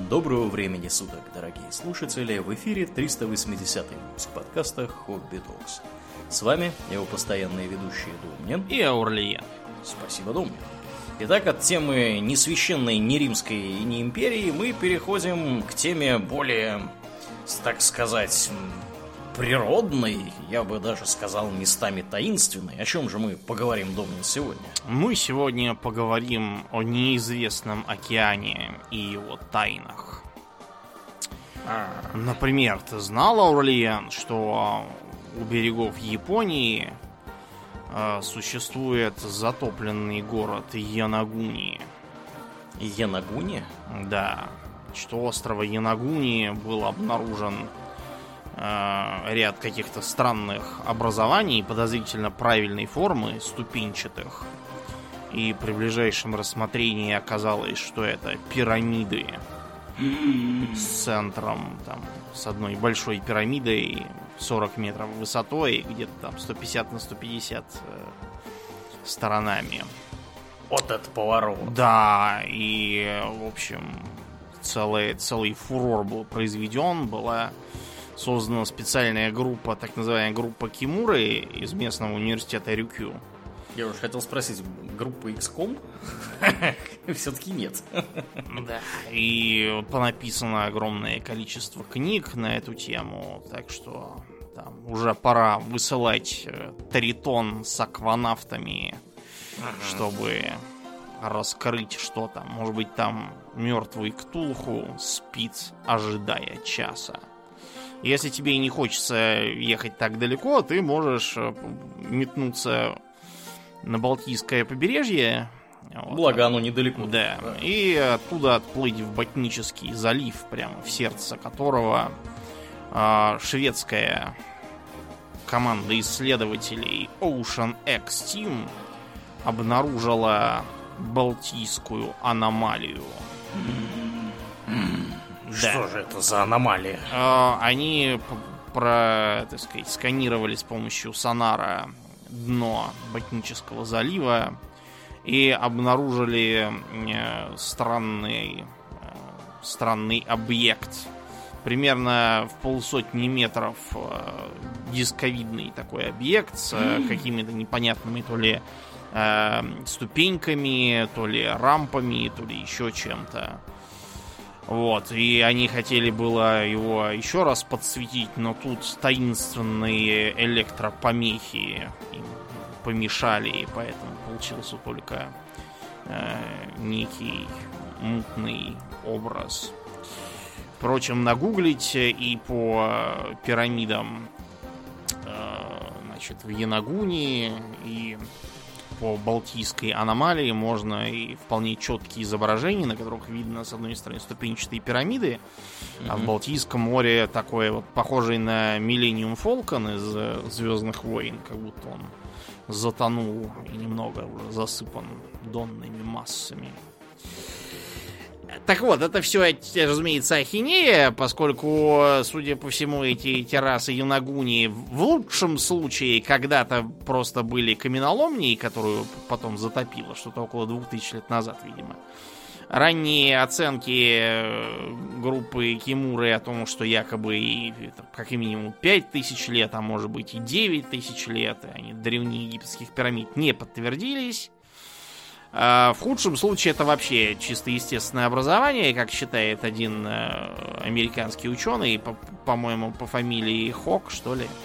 Доброго времени суток, дорогие слушатели! В эфире 380-й выпуск подкаста Хобби Токс. С вами его постоянные ведущие Домнин и Аурлиен. Спасибо, Домнин. Итак, от темы ни священной, ни римской и ни империи мы переходим к теме более, так сказать, природной, я бы даже сказал, местами таинственной. О чем же мы поговорим, Домнин, сегодня? Мы сегодня поговорим о неизвестном океане и его тайнах. Например, ты знал, Аурлиен, что у берегов Японии существует затопленный город Янагуни? Янагуни? Да. Что у острова Янагуни был обнаружен ряд каких-то странных образований подозрительно правильной формы, ступенчатых. И при ближайшем рассмотрении оказалось, что это пирамиды с центром, там, с одной большой пирамидой 40 метров высотой, где-то там 150 на 150 сторонами. Вот это поворот. Да, и, в общем, целый фурор был произведен, была создана специальная группа, так называемая группа Кимуры из местного университета Рюкю. Я уже хотел спросить, группа XCOM? Все-таки нет. Да. И понаписано огромное количество книг на эту тему, так что там уже пора высылать Тритон с акванавтами, чтобы раскрыть, что там. Может быть, там мертвый Ктулху спит, ожидая часа. Если тебе не хочется ехать так далеко, ты можешь метнуться на Балтийское побережье. Благо оно недалеко. Да. И оттуда отплыть в Ботнический залив, прямо в сердце которого шведская команда исследователей Ocean X Team обнаружила Балтийскую аномалию. Да. Что же это за аномалия? Они так сказать, сканировали с помощью сонара дно Ботнического залива и обнаружили странный объект. Примерно в 150 метров дисковидный такой объект с какими-то непонятными то ли ступеньками, то ли рампами, то ли еще чем-то. Вот, и они хотели было его еще раз подсветить, но тут таинственные электропомехи им помешали, и поэтому получился только некий мутный образ. Впрочем, нагуглить и по пирамидам, значит, в Янагуни и по Балтийской аномалии можно и вполне четкие изображения, на которых видно, с одной стороны, ступенчатые пирамиды, а в Балтийском море такое вот похожее на Millennium Falcon из «Звездных войн», как будто он затонул и немного уже засыпан донными массами. Так вот, это все, разумеется, ахинея, поскольку, судя по всему, эти террасы Янагуни в лучшем случае когда-то просто были каменоломней, которую потом затопило, что-то около 2000 лет назад, видимо. Ранние оценки группы Кимуры о том, что якобы и, как минимум 5000 лет, а может быть и 9000 лет, они древнеегипетских пирамид, не подтвердились. В худшем случае это вообще чисто естественное образование, как считает один американский ученый, по-моему, по фамилии Хок, что ли.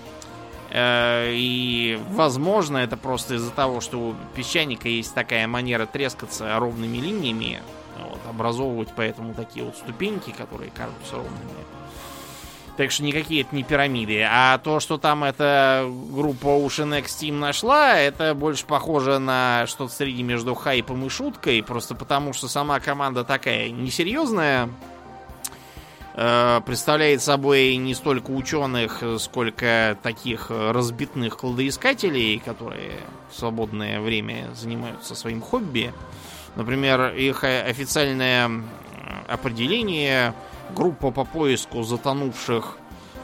И, возможно, это просто из-за того, что у песчаника есть такая манера трескаться ровными линиями, вот, образовывать поэтому такие вот ступеньки, которые кажутся ровными. Так что никакие это не пирамиды. А то, что там эта группа Ocean X Team нашла, это больше похоже на что-то среди между хайпом и шуткой. Просто потому, что сама команда такая несерьезная. Представляет собой не столько ученых, сколько таких разбитных кладоискателей, которые в свободное время занимаются своим хобби. Например, их официальное определение: группа по поиску затонувших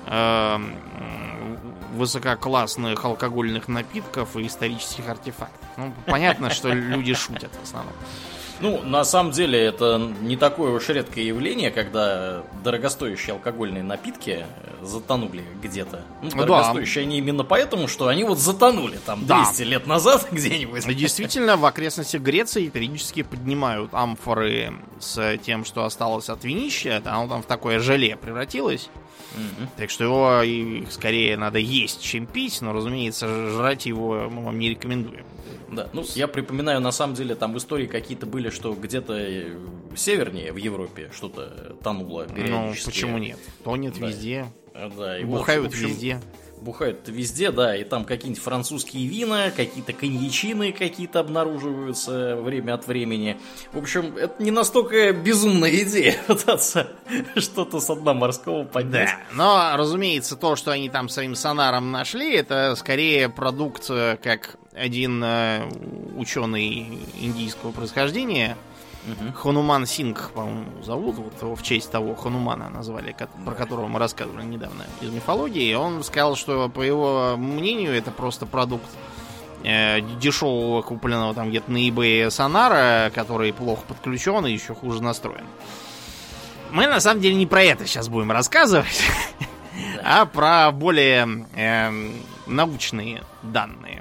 высококлассных алкогольных напитков и исторических артефактов. Ну, понятно, что люди шутят в основном. Ну, на самом деле, это не такое уж редкое явление, когда дорогостоящие алкогольные напитки затонули где-то. Ну, дорогостоящие они именно поэтому, что они вот затонули там 200 лет назад где-нибудь. Действительно, в окрестностях Греции периодически поднимают амфоры с тем, что осталось от винища. Оно там в такое желе превратилось. Так что его скорее надо есть, чем пить, но, разумеется, жрать его мы вам не рекомендуем. Да, ну, я припоминаю, на самом деле, там истории какие-то были, что где-то севернее в Европе что-то тонуло периодически. Ну, почему нет? Тонет везде. Да, и бухают вот, в общем, везде. Бухают везде, да, и там какие-нибудь французские вина, какие-то коньячины какие-то обнаруживаются время от времени. В общем, это не настолько безумная идея пытаться что-то с дна морского поднять. Да, но, разумеется, то, что они там своим сонаром нашли, это скорее продукт, как один ученый индийского происхождения, Хануман Сингх, по-моему, зовут. Вот его в честь того Ханумана назвали, про которого мы рассказывали недавно из мифологии. Он сказал, что, по его мнению, это просто продукт дешевого, купленного там где-то на eBay сонара, который плохо подключен и еще хуже настроен. Мы, на самом деле, не про это сейчас будем рассказывать, а про более научные данные.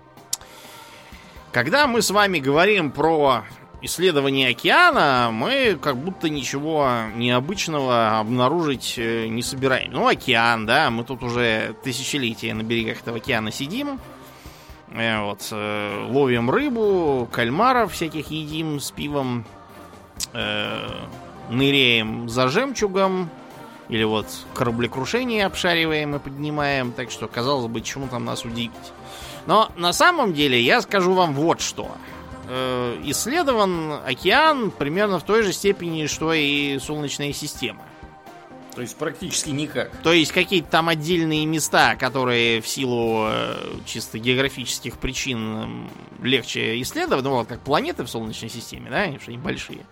Когда мы с вами говорим про исследование океана, мы как будто ничего необычного обнаружить не собираем. Ну, океан, да, мы тут уже тысячелетия на берегах этого океана сидим. Вот, ловим рыбу, кальмаров всяких едим с пивом, ныряем за жемчугом, или вот кораблекрушение обшариваем и поднимаем. Так что, казалось бы, чему там нас удивить. Но на самом деле я скажу вам вот что. Исследован океан примерно в той же степени, что и Солнечная система. То есть практически никак. То есть какие-то там отдельные места, которые в силу чисто географических причин легче исследовать, ну вот как планеты в Солнечной системе, да, они что-нибудь большие.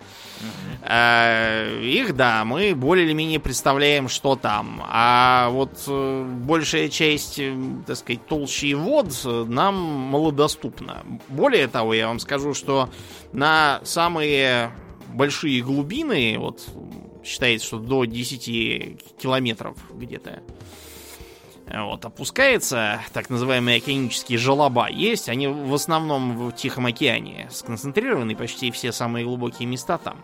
Их, да, мы более или менее представляем, что там. А вот большая часть, так сказать, толщи вод нам малодоступна. Более того, я вам скажу, что на самые большие глубины, вот считается, что до 10 километров где-то вот, опускается так называемые океанические желоба. Есть, они в основном в Тихом океане сконцентрированы, почти все самые глубокие места там.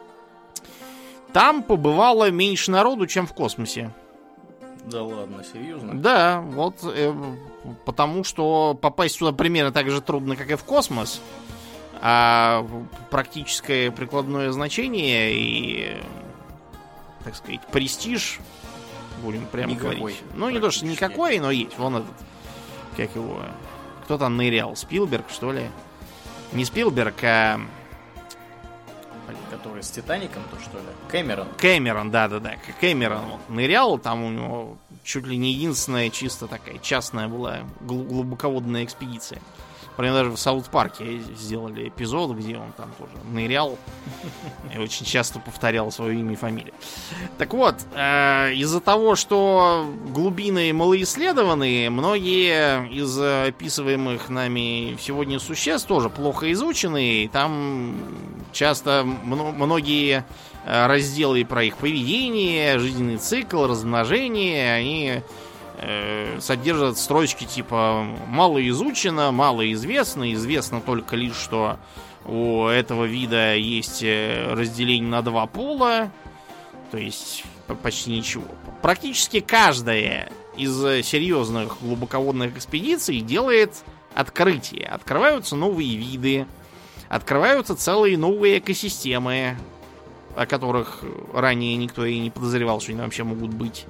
Там побывало меньше народу, чем в космосе. Да ладно, серьезно? Да, вот потому что попасть туда примерно так же трудно, как и в космос. А практическое прикладное значение и, так сказать, престиж, будем прямо никакой, говорить. Ну, не то, что никакой, но есть. Вон этот, как его, кто там нырял? Спилберг, что ли? Не Спилберг, а... Который с Титаником, то что ли? Кэмерон. Кэмерон, да-да-да. Кэмерон вот нырял, там у него чуть ли не единственная чисто такая частная была глубоководная экспедиция. Прям даже в Саут-парке сделали эпизод, где он там тоже нырял и очень часто повторял свое имя и фамилию. Так вот, из-за того, что глубины малоисследованы, многие из описываемых нами сегодня существ тоже плохо изучены. И там часто многие разделы про их поведение, жизненный цикл, размножение, они содержат строчки типа «мало изучено», «мало известно», «известно только лишь, что у этого вида есть разделение на два пола», то есть почти ничего. Практически каждая из серьезных глубоководных экспедиций делает открытие. Открываются новые виды, открываются целые новые экосистемы, о которых ранее никто и не подозревал, что они вообще могут быть.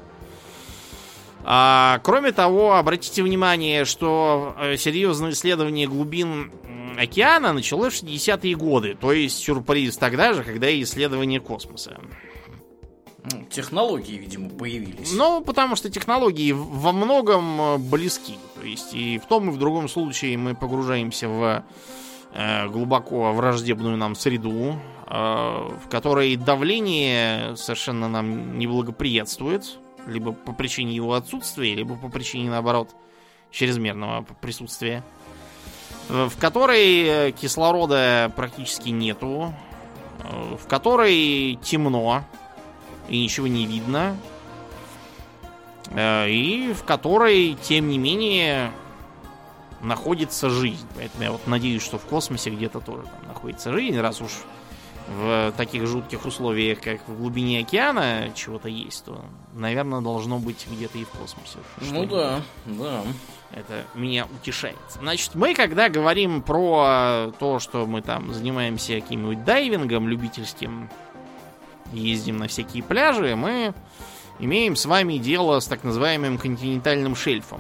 Кроме того, обратите внимание, что серьезное исследование глубин океана началось в 60-е годы. То есть сюрприз тогда же, когда и исследование космоса. Технологии, видимо, появились. Ну, потому что технологии во многом близки. То есть и в том, и в другом случае мы погружаемся в глубоко враждебную нам среду, в которой давление совершенно нам не благоприятствует. Либо по причине его отсутствия, либо по причине, наоборот, чрезмерного присутствия. В которой кислорода практически нету. в которой темно и ничего не видно, и в которой, тем не менее, находится жизнь. Поэтому я вот надеюсь, что в космосе где-то тоже там находится жизнь, раз уж в таких жутких условиях, как в глубине океана, чего-то есть, то, наверное, должно быть где-то и в космосе. Ну да, да. Это меня утешает. Значит, мы, когда говорим про то, что мы там занимаемся каким-нибудь дайвингом любительским, ездим на всякие пляжи, мы имеем с вами дело с так называемым континентальным шельфом.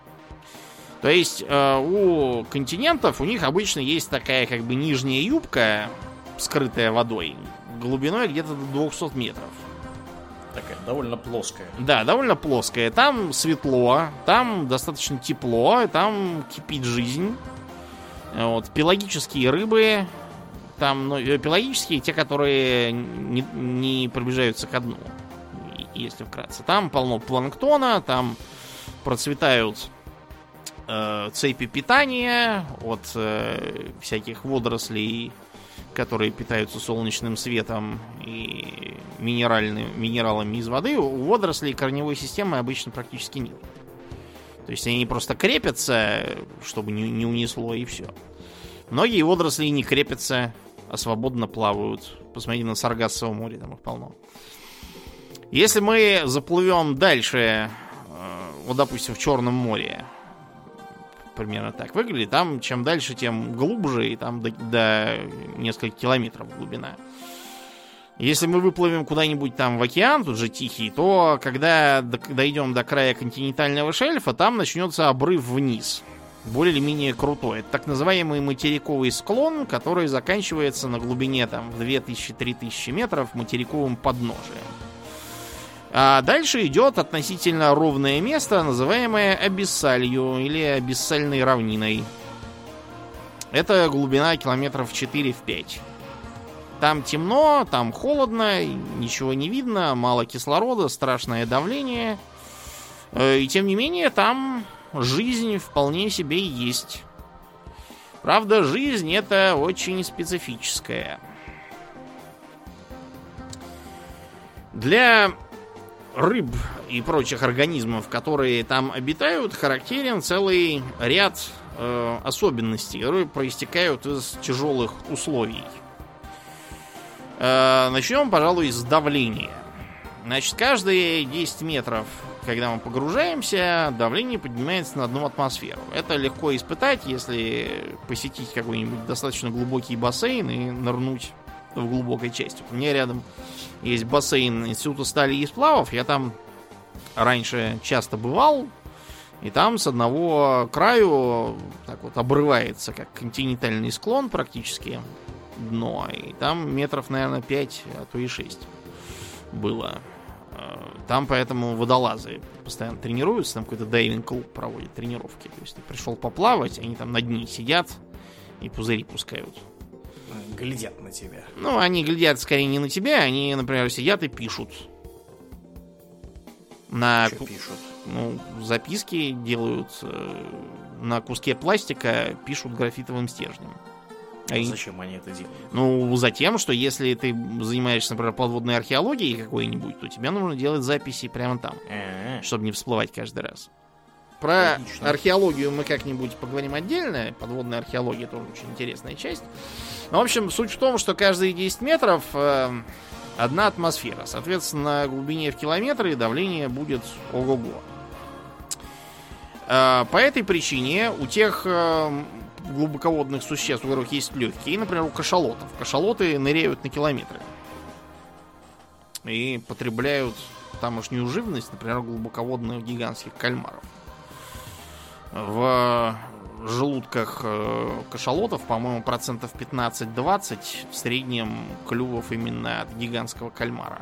То есть у континентов у них обычно есть такая как бы нижняя юбка, скрытая водой, глубиной где-то до 200 метров. Такая довольно плоская. Да, довольно плоская. Там светло, там достаточно тепло, там кипит жизнь. Вот, пелагические рыбы, там, ну, пелагические, те, которые не приближаются ко дну, если вкратце. Там полно планктона, там процветают цепи питания от всяких водорослей, которые питаются солнечным светом и минералами из воды. У водорослей корневой системы обычно практически нет. То есть они просто крепятся, чтобы не унесло, и все. Многие водоросли не крепятся, а свободно плавают. Посмотри на Саргассово море, там их полно. Если мы заплывем дальше, вот, допустим, в Черном море, примерно так выглядит. Там чем дальше, тем глубже, и там до нескольких километров глубина. Если мы выплывем куда-нибудь там в океан, тут же Тихий, то когда дойдем до края континентального шельфа, там начнется обрыв вниз. Более или менее крутой. Это так называемый материковый склон, который заканчивается на глубине там в 2000-3000 метров материковым подножием. А дальше идет относительно ровное место, называемое абиссалью или абиссальной равниной. Это глубина километров 4-5. Там темно, там холодно, ничего не видно, мало кислорода, страшное давление. И тем не менее, там жизнь вполне себе есть. Правда, жизнь это очень специфическая. Для рыб и прочих организмов, которые там обитают, характерен целый ряд особенностей, которые проистекают из тяжелых условий. Начнем, пожалуй, с давления. Значит, каждые 10 метров, когда мы погружаемся, давление поднимается на 1 атмосферу. Это легко испытать, если посетить какой-нибудь достаточно глубокий бассейн и нырнуть в глубокой части. У меня рядом есть бассейн Института стали и сплавов. Я там раньше часто бывал. И там с одного краю так вот обрывается, как континентальный склон практически, дно. И там метров, наверное, 5, а то и 6 было. Там поэтому водолазы постоянно тренируются. Там какой-то дайвинг-клуб проводит тренировки. То есть ты пришел поплавать, они там на дне сидят и пузыри пускают. Глядят на тебя. Ну, они глядят скорее не на тебя, они, например, сидят и пишут. Что пишут? Ну, записки делают на куске пластика, пишут графитовым стержнем. Зачем они это делают? Ну, затем, что если ты занимаешься, например, подводной археологией какой-нибудь, то тебе нужно делать записи прямо там, чтобы не всплывать каждый раз. Про археологию мы как-нибудь поговорим отдельно. Подводная археология тоже очень интересная часть. Ну, в общем, суть в том, что каждые 10 метров одна атмосфера. Соответственно, на глубине в километры давление будет ого-го. По этой причине у тех глубоководных существ, у которых есть легкие, например, у кашалотов. Кашалоты ныряют на километры и потребляют тамошнюю живность, например, глубоководных гигантских кальмаров. В желудках кашалотов, по-моему, процентов 15-20 в среднем клювов именно от гигантского кальмара.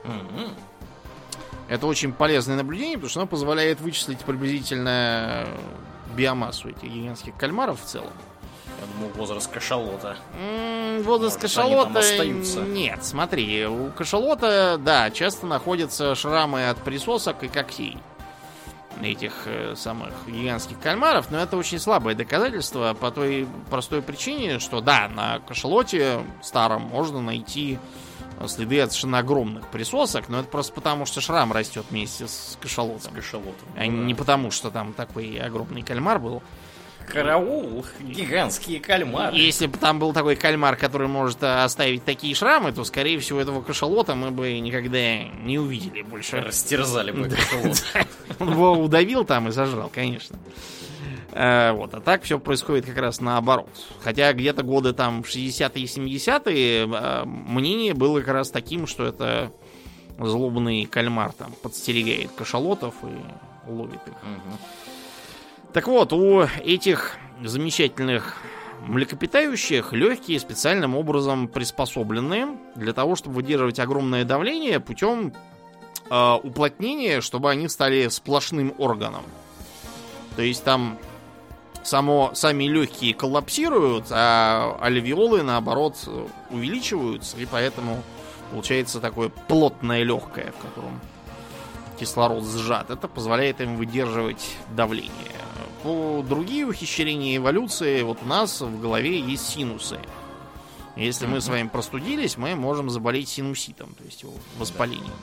Это очень полезное наблюдение, потому что оно позволяет вычислить приблизительно биомассу этих гигантских кальмаров в целом. Я думал, возраст кашалота. Возраст кашалота... Нет, смотри, у кашалота, да, часто находятся шрамы от присосок и когтей. этих самых гигантских кальмаров, но это очень слабое доказательство по той простой причине, что да, на кашалоте старом можно найти следы от совершенно огромных присосок, но это просто потому, что шрам растет вместе с кашалотом. А не потому, что там такой огромный кальмар был. Караул, гигантские кальмары. Если бы там был такой кальмар, который может оставить такие шрамы, то, скорее всего, этого кашалота мы бы никогда не увидели больше. Растерзали бы кашалот. Он его удавил там и сожрал, конечно. Вот. А так все происходит как раз наоборот. Хотя где-то годы там 60-е и 70-е мнение было как раз таким, что это злобный кальмар там подстерегает кашалотов и ловит их. Так вот, у этих замечательных млекопитающих легкие специальным образом приспособлены для того, чтобы выдерживать огромное давление путем уплотнения, чтобы они стали сплошным органом. То есть там сами легкие коллапсируют, а альвеолы, наоборот, увеличиваются, и поэтому получается такое плотное легкое, в котором кислород сжат. Это позволяет им выдерживать давление. По другие ухищрения эволюции, вот у нас в голове есть синусы. Если мы с вами простудились, мы можем заболеть синуситом, то есть воспалением.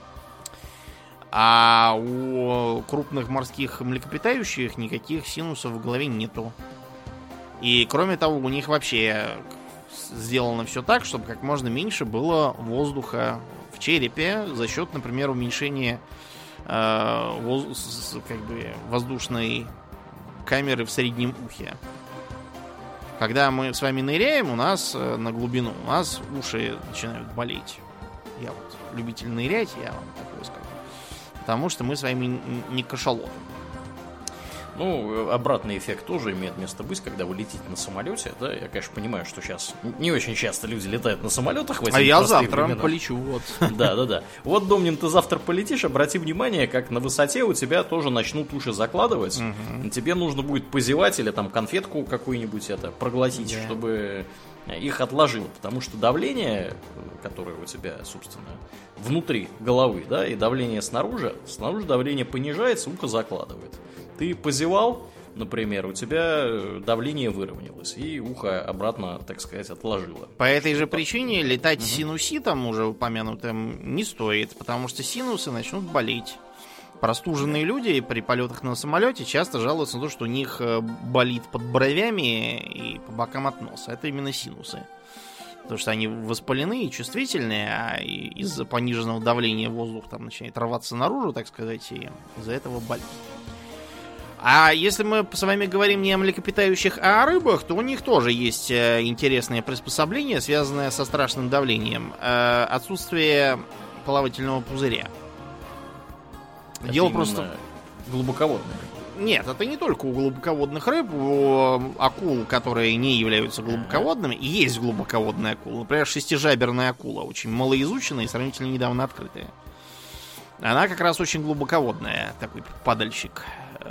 А у крупных морских млекопитающих никаких синусов в голове нету. И кроме того, у них вообще сделано все так, чтобы как можно меньше было воздуха в черепе за счет, например, уменьшения воздушной камеры в среднем ухе. Когда мы с вами ныряем, у нас на глубину, у нас уши начинают болеть. Я вот любитель нырять, я вам такое скажу. Потому что мы с вами не кашалоты. Ну, обратный эффект тоже имеет место быть, когда вы летите на самолете. Да, я, конечно, понимаю, что сейчас не очень часто люди летают на самолетах в эти я завтра времена. Полечу, вот. Да. Вот, Домнин, ты завтра полетишь, обрати внимание, как на высоте у тебя тоже начнут уши закладывать. Тебе нужно будет позевать или там конфетку какую-нибудь проглотить, чтобы их отложило. Потому что давление, которое у тебя, собственно, внутри головы, да, и давление снаружи давление понижается, ухо закладывает. Ты позевал, например, у тебя давление выровнялось, и ухо обратно, так сказать, отложило. По этой же причине летать с синуситом, уже упомянутым, не стоит, потому что синусы начнут болеть. Простуженные люди при полетах на самолете часто жалуются на то, что у них болит под бровями и по бокам от носа. Это именно синусы. Потому что они воспалены и чувствительные, а из-за пониженного давления воздух там начинает рваться наружу, так сказать, и из-за этого болит. А если мы с вами говорим не о млекопитающих, а о рыбах, то у них тоже есть интересное приспособление, связанное со страшным давлением. Отсутствие плавательного пузыря. Это дело просто... глубоководные. Нет, это не только у глубоководных рыб, у акул, которые не являются глубоководными, и есть глубоководная акула. Например, шестижаберная акула, очень малоизученная и сравнительно недавно открытая. Она как раз очень глубоководная, такой падальщик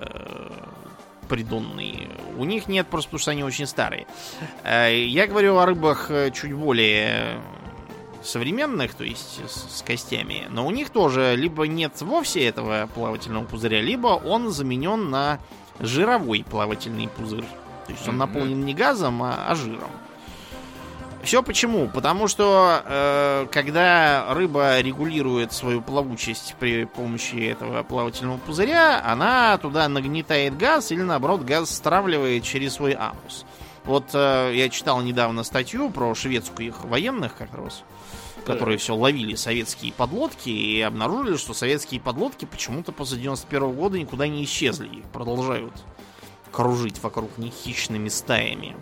придонный. У них нет, просто потому что они очень старые. Я говорю о рыбах чуть более современных, то есть с костями, но у них тоже либо нет вовсе этого плавательного пузыря, либо он заменен на жировой плавательный пузырь. То есть он наполнен не газом, а жиром. Все почему? Потому что когда рыба регулирует свою плавучесть при помощи этого плавательного пузыря, она туда нагнетает газ или наоборот газ стравливает через свой анус. Вот я читал недавно статью про шведских военных как раз, которые все ловили советские подлодки и обнаружили, что советские подлодки почему-то после 91 года никуда не исчезли. Их продолжают кружить вокруг них хищными стаями.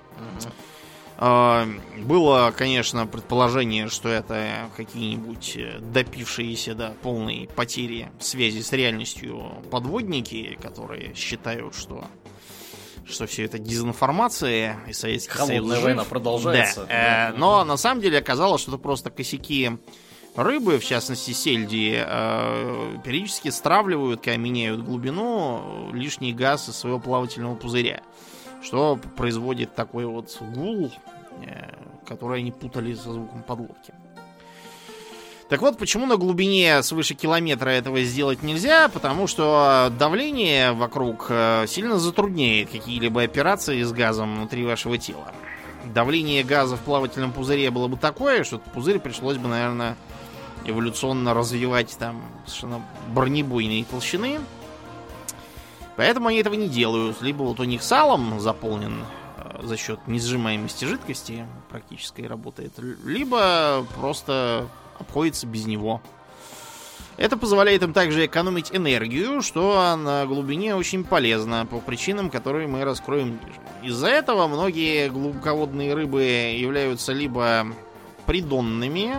Было, конечно, предположение, что это какие-нибудь допившиеся до полной потери связи с реальностью подводники, которые считают, что все это дезинформация, и Советский Союз холодная война продолжается. Да. Но на самом деле оказалось, что это просто косяки рыбы, в частности сельди, периодически стравливают, когда меняют глубину, лишний газ из своего плавательного пузыря, что производит такой вот гул, который они путали со звуком подлодки. Так вот, почему на глубине свыше километра этого сделать нельзя? Потому что давление вокруг сильно затрудняет какие-либо операции с газом внутри вашего тела. Давление газа в плавательном пузыре было бы такое, что этот пузырь пришлось бы, наверное, эволюционно развивать там совершенно бронебойные толщины. Поэтому они этого не делают. Либо вот у них салом заполнен за счет несжимаемости жидкости, практически работает, либо просто обходится без него. Это позволяет им также экономить энергию, что на глубине очень полезно, по причинам, которые мы раскроем ниже. Из-за этого многие глубоководные рыбы являются либо придонными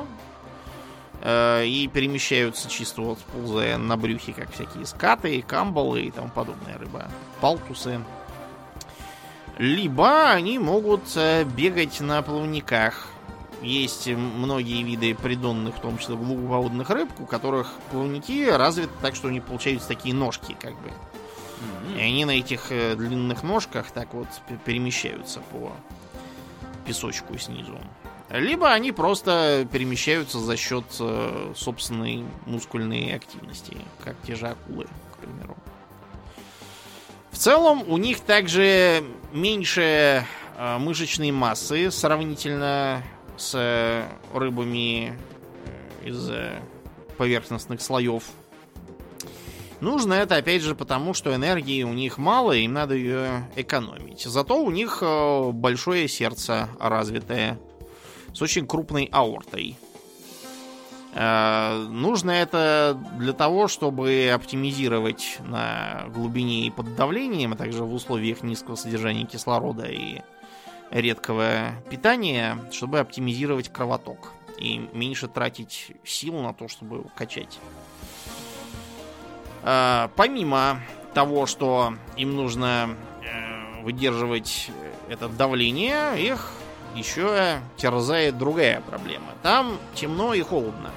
и перемещаются чисто вот ползая на брюхе, как всякие скаты, камбалы и тому подобная рыба, палтусы. Либо они могут бегать на плавниках. Есть многие виды придонных, в том числе глубоководных рыб, у которых плавники развиты так, что они получаются такие ножки, как бы. И они на этих длинных ножках так вот перемещаются по песочку снизу. Либо они просто перемещаются за счет собственной мускульной активности, как те же акулы, к примеру. В целом у них также меньше мышечной массы сравнительно с рыбами из поверхностных слоев. Нужно это, опять же, потому что энергии у них мало, им надо ее экономить. Зато у них большое сердце развитое, с очень крупной аортой. Нужно это для того, чтобы оптимизировать на глубине и под давлением, а также в условиях низкого содержания кислорода и редкого питания, чтобы оптимизировать кровоток и меньше тратить сил на то, чтобы его качать. Помимо того, что им нужно выдерживать это давление, их еще терзает другая проблема. Там темно и холодно.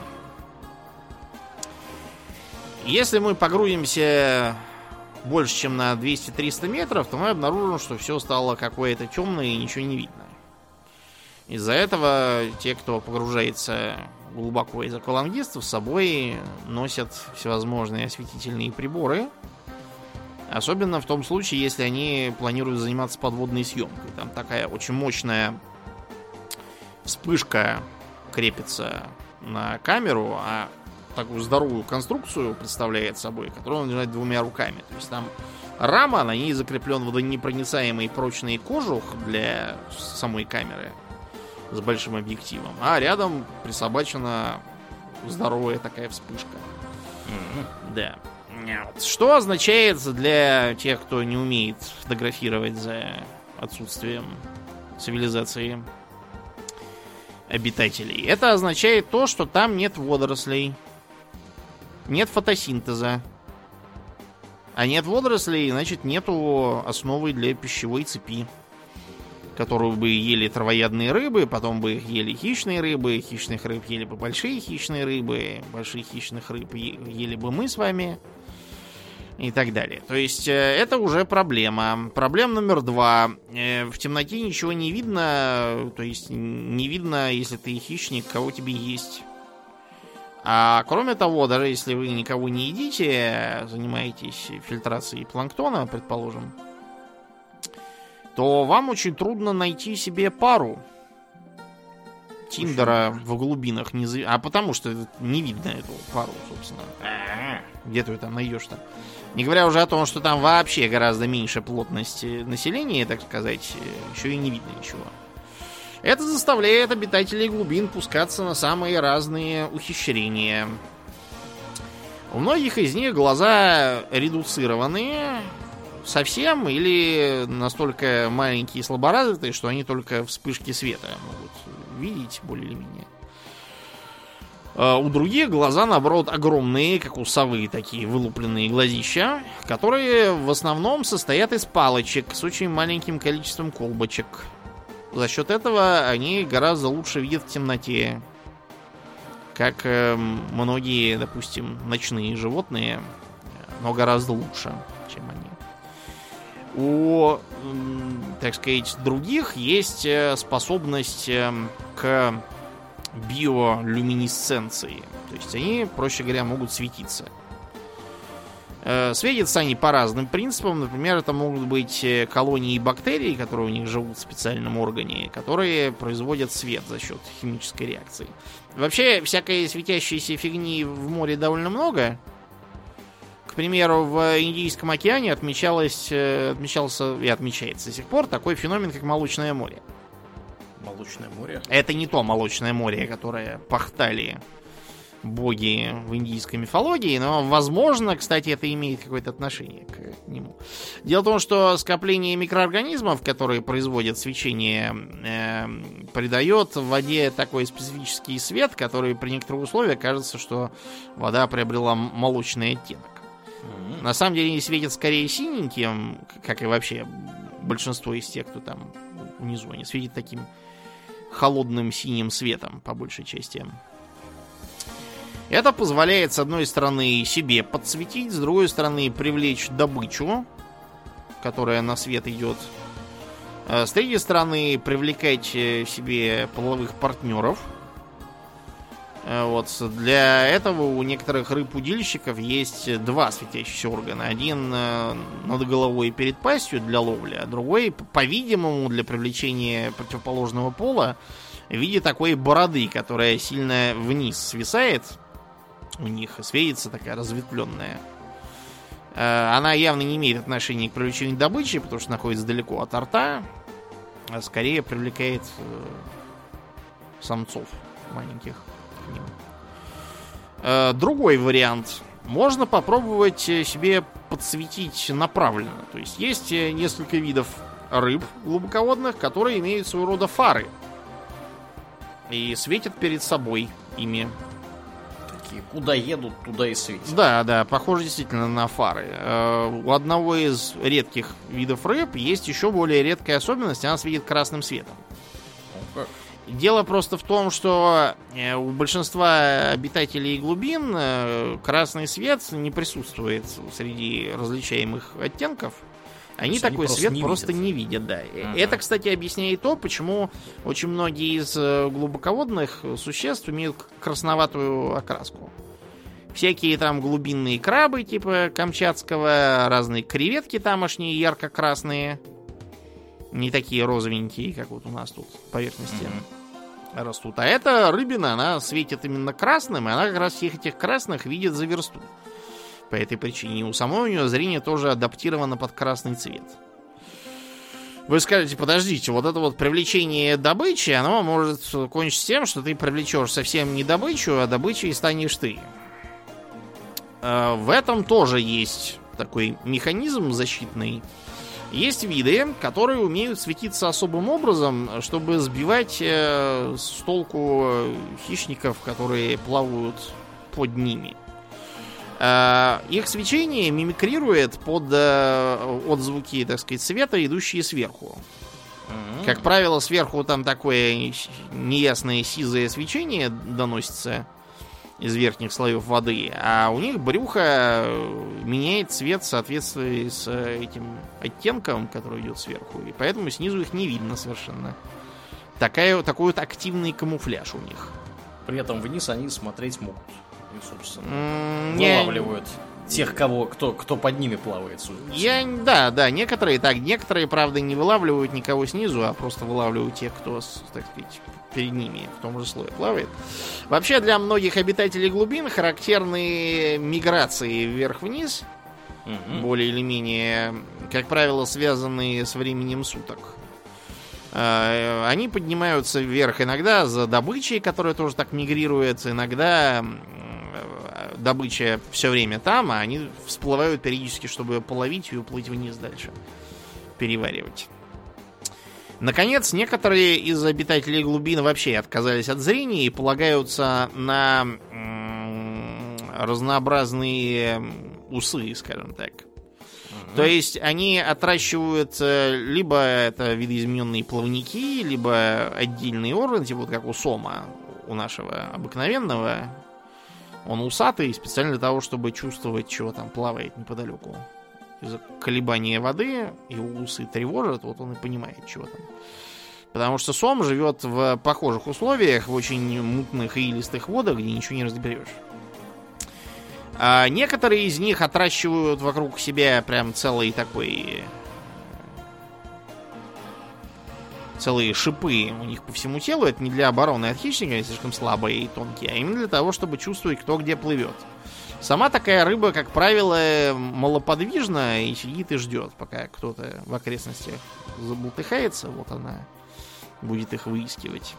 Если мы погрузимся больше, чем на 200-300 метров, то мы обнаружим, что все стало какое-то темное и ничего не видно. Из-за этого те, кто погружается глубоко из аквалангистов, с собой носят всевозможные осветительные приборы. Особенно в том случае, если они планируют заниматься подводной съемкой. Там такая очень мощная вспышка крепится на камеру, а такую здоровую конструкцию представляет собой, которую нужно держать двумя руками. То есть там рама, на ней закреплен водонепроницаемый прочный кожух для самой камеры с большим объективом, а рядом присобачена здоровая такая вспышка. Да. Что означает для тех, кто не умеет фотографировать за отсутствием цивилизации обитателей? Это означает то, что там нет водорослей, нет фотосинтеза. А нет водорослей, значит, нету основы для пищевой цепи, которую бы ели травоядные рыбы, потом бы их ели хищные рыбы, хищных рыб ели бы большие хищные рыбы, больших хищных рыб ели бы мы с вами, и так далее. То есть это уже проблема. Проблема номер 2. В темноте ничего не видно, то есть не видно, если ты хищник, кого тебе есть. А кроме того, даже если вы никого не едите, занимаетесь фильтрацией планктона, предположим, то вам очень трудно найти себе пару. Тиндера в глубинах не а потому что не видно эту пару, собственно. Где ты ее там найдешь-то? Не говоря уже о том, что там вообще гораздо меньше плотность населения, так сказать, еще и не видно ничего. Это заставляет обитателей глубин пускаться на самые разные ухищрения. У многих из них глаза редуцированы совсем или настолько маленькие и слаборазвитые, что они только вспышки света могут видеть более или менее. У других глаза, наоборот, огромные, как у совы, такие вылупленные глазища, которые в основном состоят из палочек с очень маленьким количеством колбочек. За счет этого они гораздо лучше видят в темноте, как многие, допустим, ночные животные, но гораздо лучше, чем они. У, так сказать, других есть способность к биолюминесценции. То есть они, проще говоря, могут светиться. Светятся они по разным принципам. Например, это могут быть колонии бактерий, которые у них живут в специальном органе, которые производят свет за счет химической реакции. Вообще, всякой светящейся фигни в море довольно много. К примеру, в Индийском океане отмечался и отмечается до сих пор такой феномен, как Молочное море. Молочное море? Это не то Молочное море, которое пахтали боги в индийской мифологии, но, возможно, кстати, это имеет какое-то отношение к нему. Дело в том, что скопление микроорганизмов, которые производят свечение, придает воде такой специфический свет, который при некоторых условиях кажется, что вода приобрела молочный оттенок. На самом деле они светят скорее синеньким, как и вообще большинство из тех, кто там внизу. Они светят таким холодным синим светом, по большей части. Это позволяет, с одной стороны, себе подсветить, с другой стороны, привлечь добычу, которая на свет идет. С третьей стороны, привлекать себе половых партнеров. Вот. Для этого у некоторых рыб-удильщиков есть два светящихся органа. Один над головой перед пастью для ловли, а другой, по-видимому, для привлечения противоположного пола в виде такой бороды, которая сильно вниз свисает. У них светится такая разветвленная. Она явно не имеет отношения к привлечению добычи, потому что находится далеко от рта, а скорее привлекает самцов маленьких к ним. Другой вариант. Можно попробовать себе подсветить направленно. То есть есть несколько видов рыб глубоководных, которые имеют своего рода фары. И светят перед собой ими. Куда едут, туда и светят. Да, похоже действительно на фары. У одного из редких видов рыб есть еще более редкая особенность. Она светит красным светом. Дело просто в том, что у большинства обитателей глубин красный свет не присутствует среди различаемых оттенков. Они такой свет просто не видят, да. Это, кстати, объясняет то, почему очень многие из глубоководных существ имеют красноватую окраску. Всякие там глубинные крабы, типа камчатского, разные креветки тамошние ярко-красные. Не такие розовенькие, как вот у нас тут поверхности растут. А эта рыбина, она светит именно красным, и она как раз всех этих красных видит за версту. По этой причине. У самого у нее зрение тоже адаптировано под красный цвет. Вы скажете, подождите, вот это вот привлечение добычи, оно может кончиться тем, что ты привлечешь совсем не добычу, а добычей станешь ты. В этом тоже есть такой механизм защитный. Есть виды, которые умеют светиться особым образом, чтобы сбивать с толку хищников, которые плавают под ними. Их свечение мимикрирует под отзвуки, так сказать, света, идущие сверху. Как правило, сверху там такое неясное сизое свечение доносится из верхних слоев воды, а у них брюхо меняет цвет в соответствии с этим оттенком, который идет сверху, и поэтому снизу их не видно совершенно. Такой вот активный камуфляж у них. При этом вниз они смотреть могут. И, собственно, вылавливают тех, кто под ними плавает. Да, некоторые, правда, не вылавливают никого снизу, а просто вылавливают тех, кто, так сказать, перед ними в том же слое плавает. Вообще, для многих обитателей глубин характерны миграции вверх-вниз, более или менее, как правило, связанные с временем суток. Они поднимаются вверх иногда за добычей, которая тоже так мигрирует, иногда добыча все время там, а они всплывают периодически, чтобы половить и уплыть вниз дальше. Переваривать. Наконец, некоторые из обитателей глубин вообще отказались от зрения и полагаются на разнообразные усы, скажем так. То есть они отращивают либо это видоизмененные плавники, либо отдельные органы, типа вот как у сома, у нашего обыкновенного. Он усатый специально для того, чтобы чувствовать, чего там плавает неподалеку. Из-за колебания воды его усы тревожат, вот он и понимает, чего там Потому что сом живет в похожих условиях, в очень мутных и илистых водах, где ничего не разберешь. А некоторые из них отращивают вокруг себя прям целые шипы у них по всему телу. Это не для обороны от хищника, они слишком слабые и тонкие, а именно для того, чтобы чувствовать, кто где плывет. Сама такая рыба, как правило, малоподвижна и сидит и ждет, пока кто-то в окрестностях забултыхается. Вот она будет их выискивать.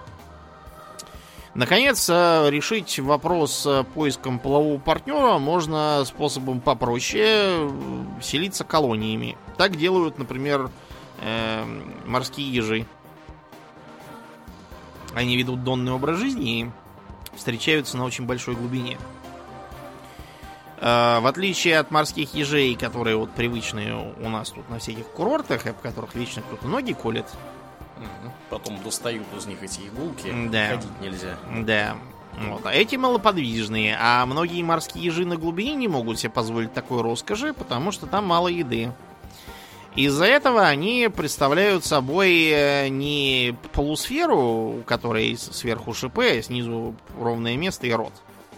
Наконец, решить вопрос с поиском полового партнера можно способом попроще — селиться колониями. Так делают, например, морские ежи. Они ведут донный образ жизни и встречаются на очень большой глубине. В отличие от морских ежей, которые вот привычные у нас тут на всяких курортах, и в которых вечно кто-то ноги колет. Потом достают из них эти иголки, да. Ходить нельзя. Да. Вот. А эти малоподвижные, а многие морские ежи на глубине не могут себе позволить такой роскоши, потому что там мало еды. Из-за этого они представляют собой не полусферу, у которой сверху шипы, а снизу ровное место и рот.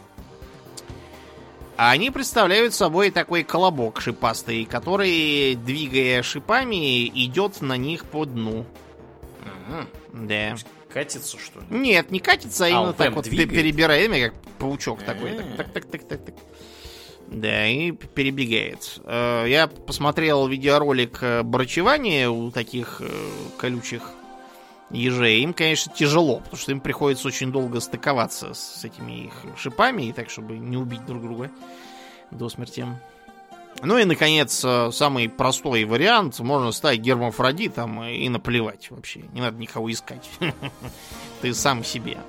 А они представляют собой такой колобок шипастый, который, двигая шипами, идет на них по дну. Да. Катится, что ли? Нет, не катится, а именно так вот перебирает, как паучок такой. Так. Да, и перебегает. Я посмотрел видеоролик брачевания у таких колючих ежей. Им, конечно, тяжело, потому что им приходится очень долго стыковаться с этими их шипами, и так, чтобы не убить друг друга до смерти. Ну и, наконец, самый простой вариант. Можно стать гермафродитом и наплевать вообще. Не надо никого искать. Ты сам себе.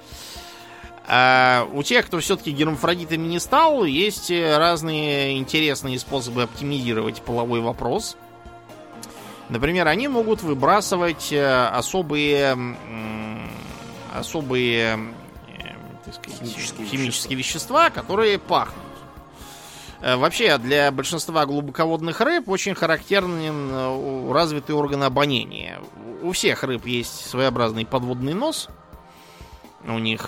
А у тех, кто все-таки гермафродитами не стал, есть разные интересные способы оптимизировать половой вопрос. Например, они могут выбрасывать особые так сказать, химические вещества, которые пахнут. Вообще, для большинства глубоководных рыб очень характерен развитый орган обоняния. У всех рыб есть своеобразный подводный нос. У них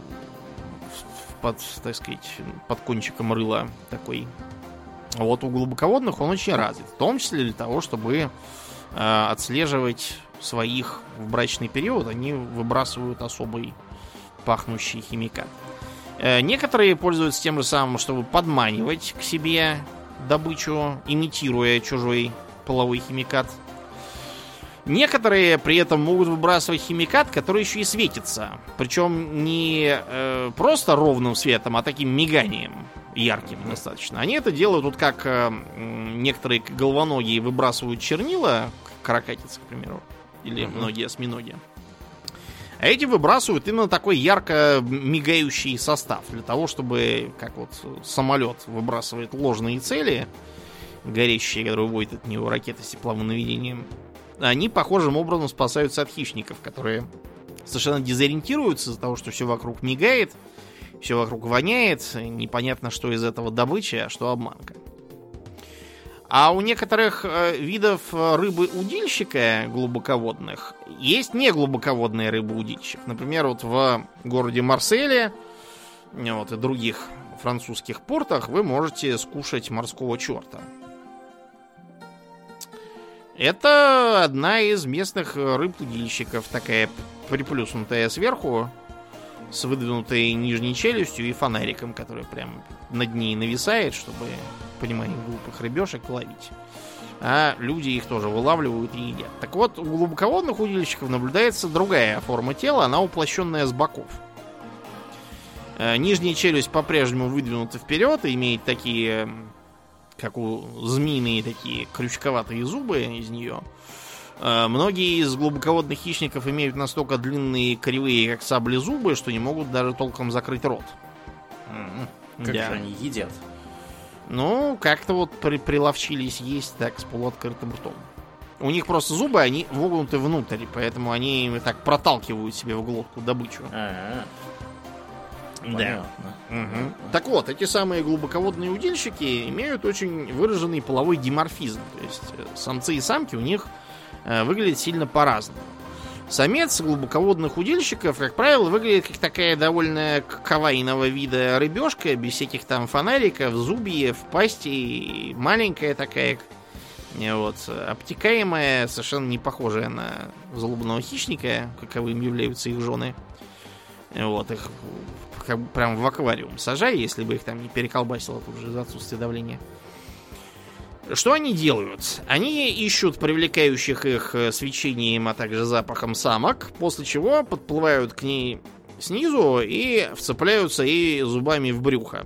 так сказать, под кончиком рыла такой. Вот у глубоководных он очень развит. В том числе для того, чтобы отслеживать своих в брачный период. Они выбрасывают особый пахнущий химикат. Некоторые пользуются тем же самым, чтобы подманивать к себе добычу, имитируя чужой половой химикат. Некоторые при этом могут выбрасывать химикат, который еще и светится. Причем не просто ровным светом, а таким миганием ярким достаточно. Они это делают вот как некоторые головоногие выбрасывают чернила, каракатицы, к примеру, или многие осьминоги. А эти выбрасывают именно такой ярко мигающий состав, для того, чтобы, как вот самолет выбрасывает ложные цели, горящие, которые уводят от него ракеты с тепловым наведением, они похожим образом спасаются от хищников, которые совершенно дезориентируются из-за того, что все вокруг мигает, все вокруг воняет, непонятно, что из этого добыча, а что обманка. А у некоторых видов рыбы-удильщика глубоководных есть неглубоководные рыбы-удильщик. Например, вот в городе Марселе вот, и других французских портах вы можете скушать морского черта. Это одна из местных рыб-удильщиков, такая приплюснутая сверху, с выдвинутой нижней челюстью и фонариком, который прям над ней нависает, чтобы, понимание глупых рыбешек ловить. А люди их тоже вылавливают и едят. Так вот, у глубоководных удильщиков наблюдается другая форма тела, она уплощенная с боков. Нижняя челюсть по-прежнему выдвинута вперед и имеет такие, как у змеиные, такие крючковатые зубы из нее. Многие из глубоководных хищников имеют настолько длинные, кривые, как сабли, зубы, что не могут даже толком закрыть рот. Как же они едят? Ну, как-то вот приловчились есть так с полуоткрытым ртом. У них просто зубы, они вогнуты внутрь, поэтому они так проталкивают себе в глотку добычу. Да. Угу. Так вот, эти самые глубоководные удильщики имеют очень выраженный половой диморфизм. То есть самцы и самки у них выглядят сильно по-разному. Самец глубоководных удильщиков, как правило, выглядит как такая довольно кавайного вида рыбешка, без всяких там фонариков, зубьев, пасти, маленькая такая, вот, обтекаемая, совершенно не похожая на злобного хищника, каковым являются их жены. Вот, их как бы прям в аквариум сажай, если бы их там не переколбасило тут же из-за отсутствия давления. Что они делают? Они ищут привлекающих их свечением, а также запахом самок, после чего подплывают к ней снизу и вцепляются ей зубами в брюхо.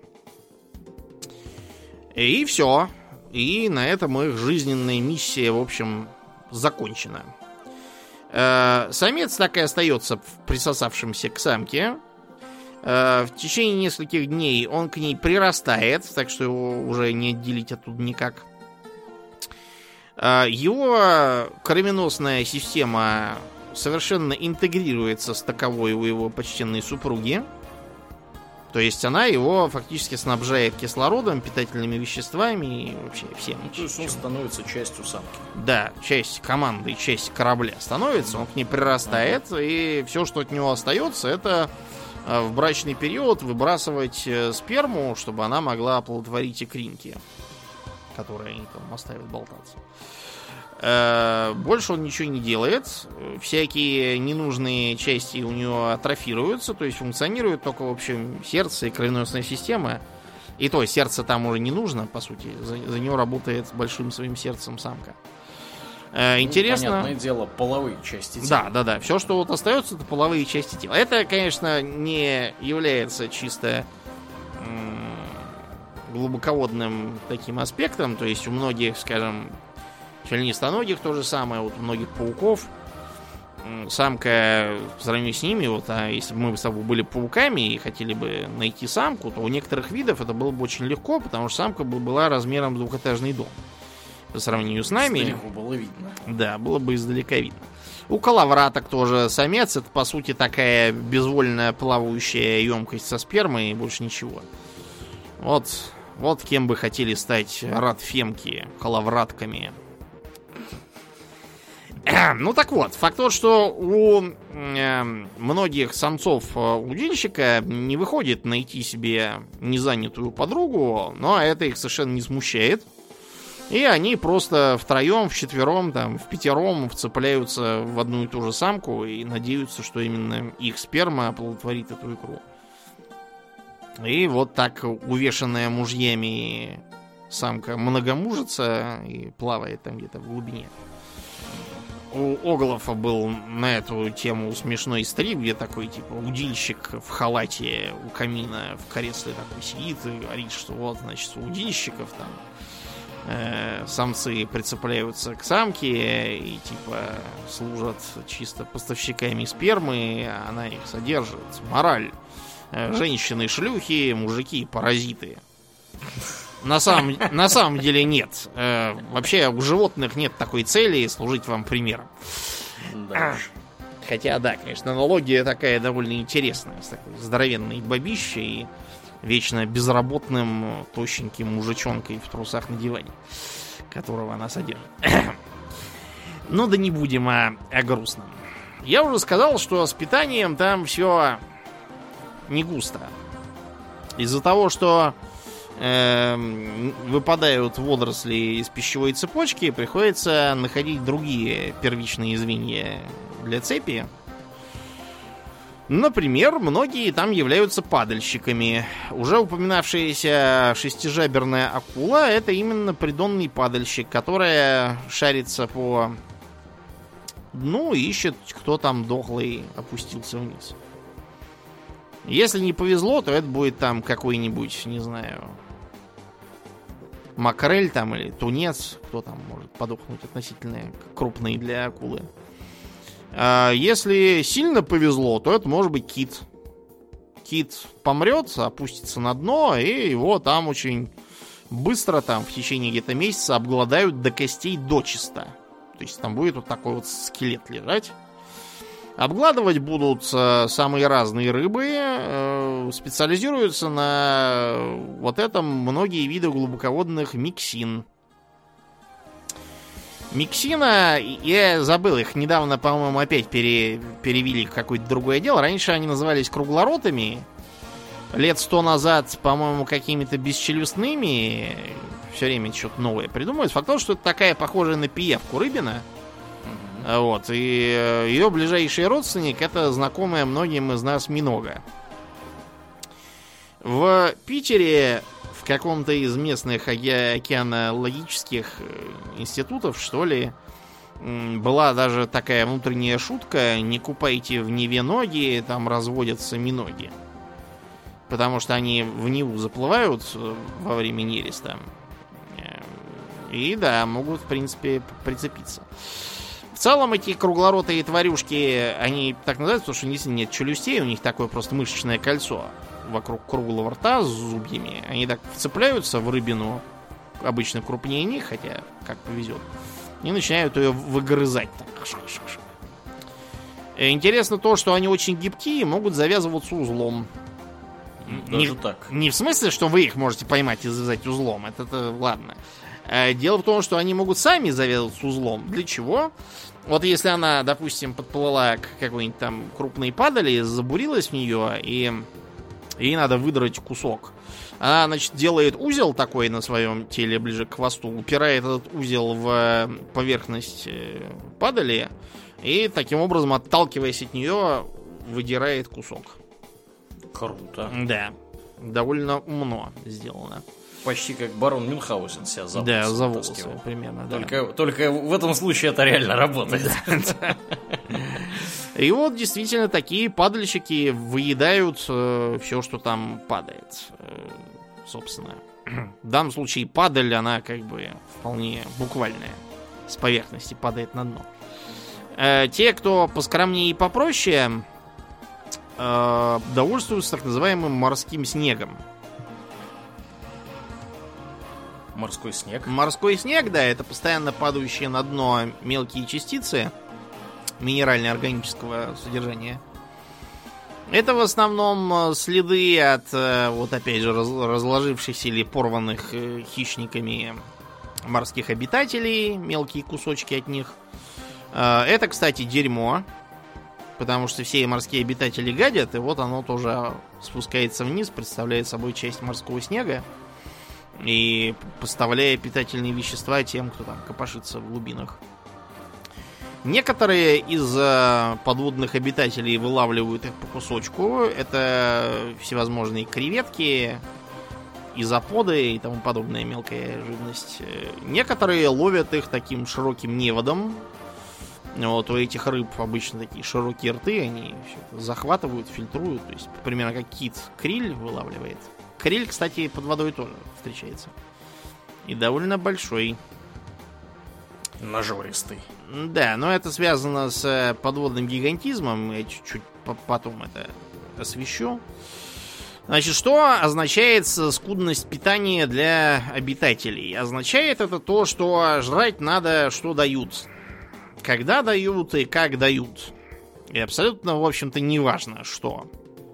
И все. И на этом их жизненная миссия, в общем, закончена. Самец так и остается присосавшимся к самке. В течение нескольких дней он к ней прирастает, так что его уже не отделить оттуда никак. Его кровеносная система совершенно интегрируется с таковой у его почтенной супруги. То есть она его фактически снабжает кислородом, питательными веществами и вообще всем. То есть он становится частью самки. Да, часть команды, часть корабля становится, он к ней прирастает, и все, что от него остается, это в брачный период выбрасывать сперму, чтобы она могла оплодотворить икринки, которые они там оставят болтаться. Больше он ничего не делает. Всякие ненужные части у него атрофируются, то есть функционирует только, в общем, сердце и кровеносная система. И то сердце там уже не нужно, по сути. За него работает большим своим сердцем самка. Интересно. Понятное дело, половые части тела. Да. Все, что вот остается, это половые части тела. Это, конечно, не является чисто глубоководным таким аспектом. То есть у многих, скажем, членистоногих то же самое, вот у многих пауков самка, по сравнению с ними, вот, а если бы мы с тобой были пауками и хотели бы найти самку, то у некоторых видов это было бы очень легко, потому что самка бы была размером двухэтажный дом. По сравнению с нами... Издалека было видно. Да, было бы издалека видно. У коловраток тоже самец. Это, по сути, такая безвольная плавающая емкость со спермой и больше ничего. Вот кем бы хотели стать радфемки, коловратками. Ну так вот, факт тот, что у многих самцов удильщика не выходит найти себе незанятую подругу, но это их совершенно не смущает. И они просто втроем, вчетвером, там, впятером вцепляются в одну и ту же самку и надеются, что именно их сперма оплодотворит эту икру. И вот так, увешанная мужьями, самка многомужится и плавает там где-то в глубине. У Оглофа был на эту тему смешной стрим, где такой, типа, удильщик в халате у камина в кресле такой сидит и говорит, что вот, значит, у удильщиков там самцы прицепляются к самке и типа служат чисто поставщиками спермы, она их содержит. Мораль: женщины шлюхи, мужики паразиты. На самом деле нет. Вообще у животных нет такой цели служить вам примером. Да. Хотя, да, конечно, аналогия такая довольно интересная, с такой здоровенной бабищей и вечно безработным тощеньким мужичонкой в трусах на диване, которого она содержит. Ну да не будем о грустном. Я уже сказал, что с питанием там все не густо. Из-за того, что выпадают водоросли из пищевой цепочки, приходится находить другие первичные звенья для цепи. Например, многие там являются падальщиками. Уже упоминавшаяся шестижаберная акула — это именно придонный падальщик, которая шарится по дну и ищет, кто там дохлый опустился вниз. Если не повезло, то это будет там какой-нибудь, не знаю, макрель там или тунец, кто там может подохнуть относительно крупный для акулы. А если сильно повезло, то это может быть кит. Кит помрет, опустится на дно, и его там очень быстро, там в течение где-то месяца обгладают до костей дочисто. То есть там будет вот такой вот скелет лежать. Обгладывать будут самые разные рыбы. Специализируются на вот этом многие виды глубоководных миксин. Миксина, я забыл, их недавно, по-моему, опять перевели в какое-то другое дело. Раньше они назывались круглоротами. Лет 100 назад, по-моему, какими-то бесчелюстными. Все время что-то новое придумывают. Факт в том, что это такая похожая на пиявку рыбина. Вот. И ее ближайший родственник — это знакомая многим из нас минога. В Питере в каком-то из местных океанологических институтов, что ли, была даже такая внутренняя шутка: не купайте в Неве ноги, там разводятся миноги. Потому что они в Неву заплывают во время нереста. И да, могут, в принципе, прицепиться. В целом эти круглоротые тварюшки, они так называются, потому что действительно нет челюстей, у них такое просто мышечное кольцо вокруг круглого рта с зубьями. Они так вцепляются в рыбину, обычно крупнее них, хотя как повезет, и начинают ее выгрызать. Интересно то, что они очень гибкие, могут завязываться узлом. Даже так. Не в смысле, что вы их можете поймать и завязать узлом. Это ладно. Дело в том, что они могут сами завязываться узлом. Для чего? Вот если она, допустим, подплыла к какой-нибудь там крупной падали, забурилась в нее, и ей надо выдрать кусок. Она, значит, делает узел такой на своем теле ближе к хвосту, упирает этот узел в поверхность падали, и таким образом, отталкиваясь от нее, выдирает кусок. Круто. Да. Довольно умно сделано. Почти как барон Мюнхгаузен себя за волосы. Да, за волосы примерно. Только в этом случае это реально работает. И вот действительно такие падальщики выедают все, что там падает. Собственно. В данном случае падаль, она как бы вполне буквальная. С поверхности падает на дно. Те, кто поскромнее и попроще, довольствуются так называемым морским снегом. Морской снег. Морской снег, да, это постоянно падающие на дно мелкие частицы минерально-органического содержания. Это в основном следы от, вот опять же, разложившихся или порванных хищниками морских обитателей, мелкие кусочки от них. Это, кстати, дерьмо, потому что все морские обитатели гадят, и вот оно тоже спускается вниз, представляет собой часть морского снега и поставляя питательные вещества тем, кто там копошится в глубинах. Некоторые из подводных обитателей вылавливают их по кусочку. Это всевозможные креветки, изоподы и тому подобная мелкая живность. Некоторые ловят их таким широким неводом. Вот у этих рыб обычно такие широкие рты, они все это захватывают, фильтруют. То есть, примерно как кит криль вылавливает. Криль, кстати, под водой тоже встречается. И довольно большой. Нажористый. Да, но это связано с подводным гигантизмом. Я чуть-чуть потом это освещу. Значит, что означает скудность питания для обитателей? Означает это то, что жрать надо, что дают. Когда дают и как дают. И абсолютно, в общем-то, не важно, что.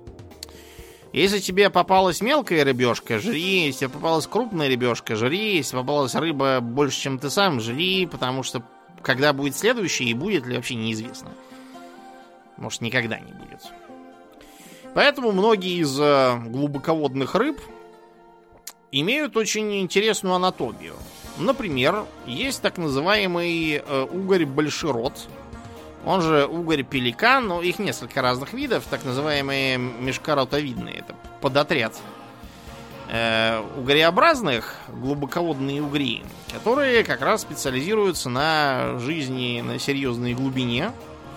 Если тебе попалась мелкая рыбешка, жри. Если тебе попалась крупная рыбешка, жри. Если попалась рыба больше, чем ты сам, жри. Потому что когда будет следующий и будет ли, вообще неизвестно. Может, никогда не будет. Поэтому многие из глубоководных рыб имеют очень интересную анатомию. Например, есть так называемый угорь-большерот. Он же угорь-пеликан, но их несколько разных видов, так называемые межкоротовидные. Это подотряд угреобразных, глубоководные угри, которые как раз специализируются на жизни на серьезной глубине.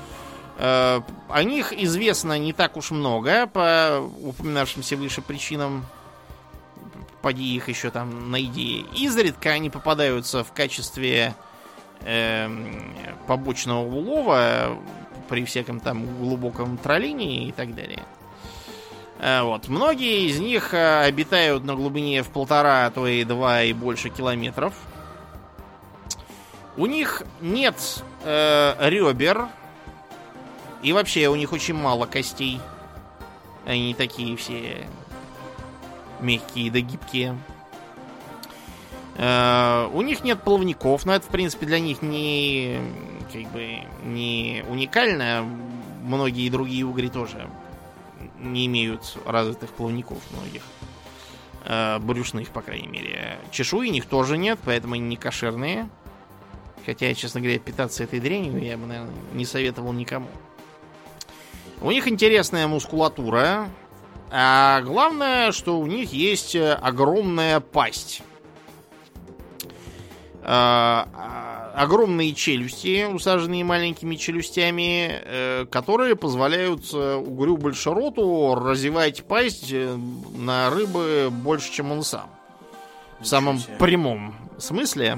О них известно не так уж много по упоминавшимся выше причинам. Поди их еще там найди. Изредка они попадаются в качестве побочного улова при всяком там глубоком троллинии и так далее. Вот. Многие из них обитают на глубине в 1,5, а то и 2 и больше километров. У них нет ребер. И вообще у них очень мало костей. Они такие все мягкие да гибкие. У них нет плавников, но это, в принципе, для них не уникально. Многие другие угри тоже не имеют развитых плавников многих. Брюшных, по крайней мере. Чешуи у них тоже нет, поэтому они не кошерные. Хотя, честно говоря, питаться этой дрянью я бы, наверное, не советовал никому. У них интересная мускулатура. А главное, что у них есть огромная пасть. Огромные челюсти, усаженные маленькими челюстями, которые позволяют угрю большероту разевать пасть на рыбы больше, чем он сам. В самом прямом смысле.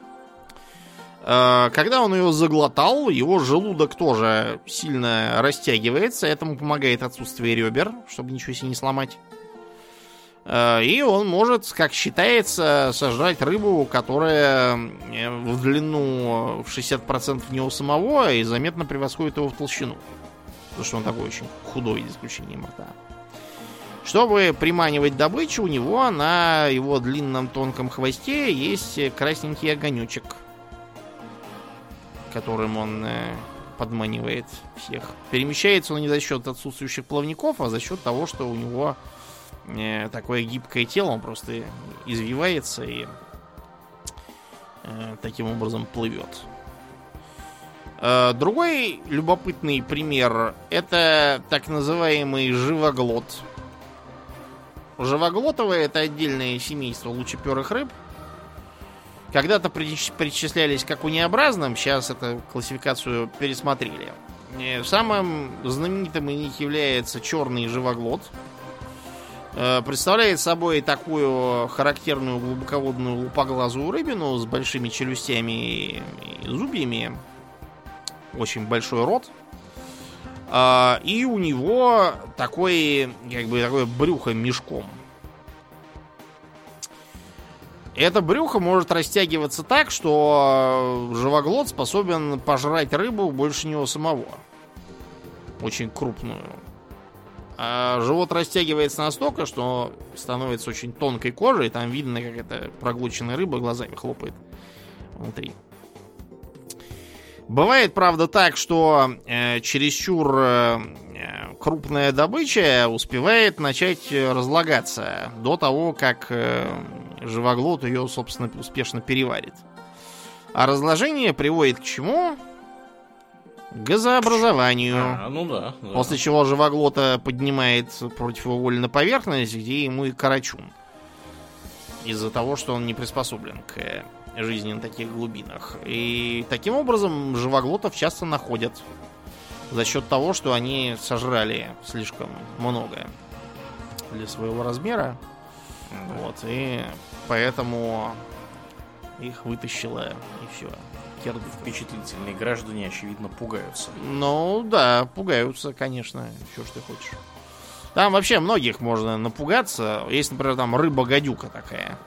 Когда он ее заглотал, его желудок тоже сильно растягивается. Этому помогает отсутствие ребер, чтобы ничего себе не сломать. И он может, как считается, сожрать рыбу, которая в длину в 60% него самого и заметно превосходит его в толщину. Потому что он такой очень худой, за исключением рта. Чтобы приманивать добычу, у него на его длинном тонком хвосте есть красненький огонечек, которым он подманивает всех. Перемещается он не за счет отсутствующих плавников, а за счет того, что у него такое гибкое тело, он просто извивается и таким образом плывет. Другой любопытный пример — это так называемый живоглот. Живоглотовые — это отдельное семейство лучеперых рыб. Когда-то причислялись к окунеобразным, сейчас эту классификацию пересмотрели. Самым знаменитым из них является черный живоглот. Представляет собой такую характерную глубоководную лупоглазую рыбину с большими челюстями и зубьями. Очень большой рот. И у него такое брюхо мешком. Это брюхо может растягиваться так, что живоглот способен пожрать рыбу больше него самого. Очень крупную. А живот растягивается настолько, что становится очень тонкой кожей. Там видно, как эта проглоченная рыба глазами хлопает внутри. Бывает, правда, так, что чересчур крупная добыча успевает начать разлагаться до того, как живоглот ее, собственно, успешно переварит. А разложение приводит к чему? К газообразованию. Ну да. После чего живоглота поднимает против его воли на поверхность, где ему и карачун. Из-за того, что он не приспособлен к жизни на таких глубинах. И таким образом живоглотов часто находят за счет того, что они сожрали слишком много для своего размера. Вот, и поэтому их вытащило, и все. Впечатлительные граждане, очевидно, пугаются. Ну, да, пугаются, конечно. Чего ж ты хочешь. Там вообще многих можно напугаться. Есть, например, там рыба-гадюка такая.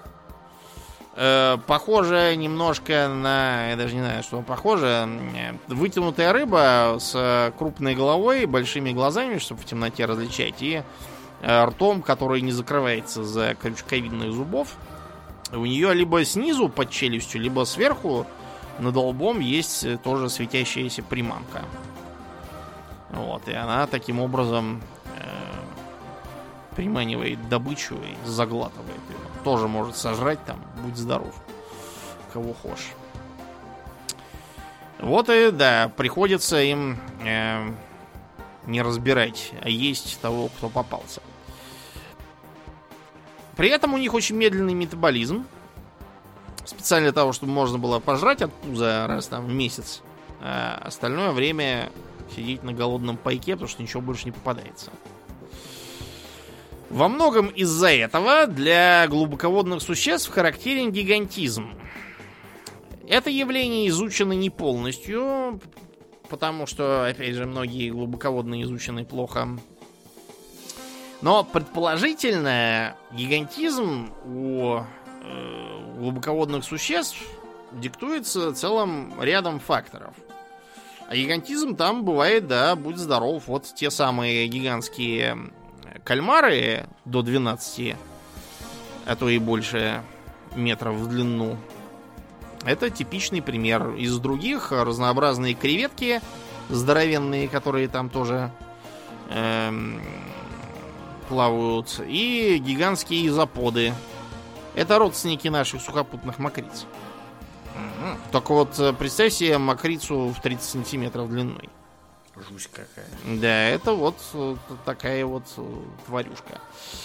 Похоже немножко на... Я даже не знаю, что похоже. Вытянутая рыба с крупной головой, большими глазами, чтобы в темноте различать, и ртом, который не закрывается за крючковидных зубов. У нее либо снизу под челюстью, либо сверху над лбом есть тоже светящаяся приманка. Вот, и она таким образом приманивает добычу и заглатывает ее. Тоже может сожрать там, будь здоров, кого хочешь. Вот и да, приходится им не разбирать, а есть того, кто попался. При этом у них очень медленный метаболизм. Специально для того, чтобы можно было пожрать от пуза раз там в месяц. А остальное время сидеть на голодном пайке, потому что ничего больше не попадается. Во многом из-за этого для глубоководных существ характерен гигантизм. Это явление изучено не полностью, потому что, опять же, многие глубоководные изучены плохо. Но предположительно гигантизм у глубоководных существ диктуется целым рядом факторов. А гигантизм там бывает, да, будь здоров. Вот те самые гигантские кальмары до 12, а то и больше метров в длину. Это типичный пример. Из других разнообразные креветки здоровенные, которые там тоже плавают, и гигантские изоподы. Это родственники наших сухопутных мокриц. Только вот представь себе мокрицу в 30 сантиметров длиной. Жусь какая. Да, это вот такая вот тварюшка.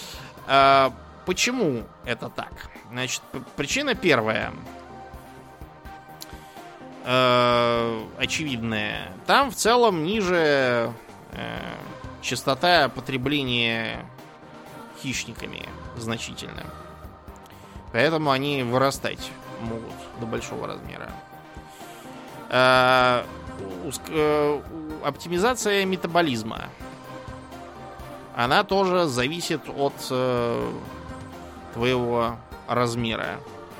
Почему это так? Значит, причина первая. Очевидная. Там в целом ниже частота потребления хищниками значительно. Поэтому они вырастать могут до большого размера. Оптимизация метаболизма. Она тоже зависит от твоего размера.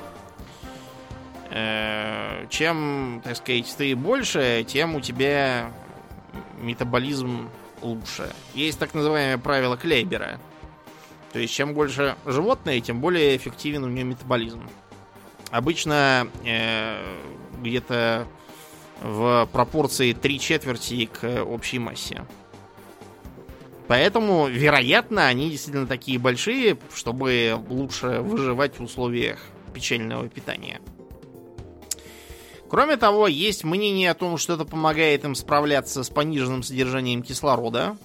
Чем, так сказать, ты больше, тем у тебя метаболизм лучше. Есть так называемое правило Клейбера. То есть, чем больше животное, тем более эффективен у него метаболизм. Обычно где-то в пропорции 3/4 к общей массе. Поэтому, вероятно, они действительно такие большие, чтобы лучше выживать в условиях печального питания. Кроме того, есть мнение о том, что это помогает им справляться с пониженным содержанием кислорода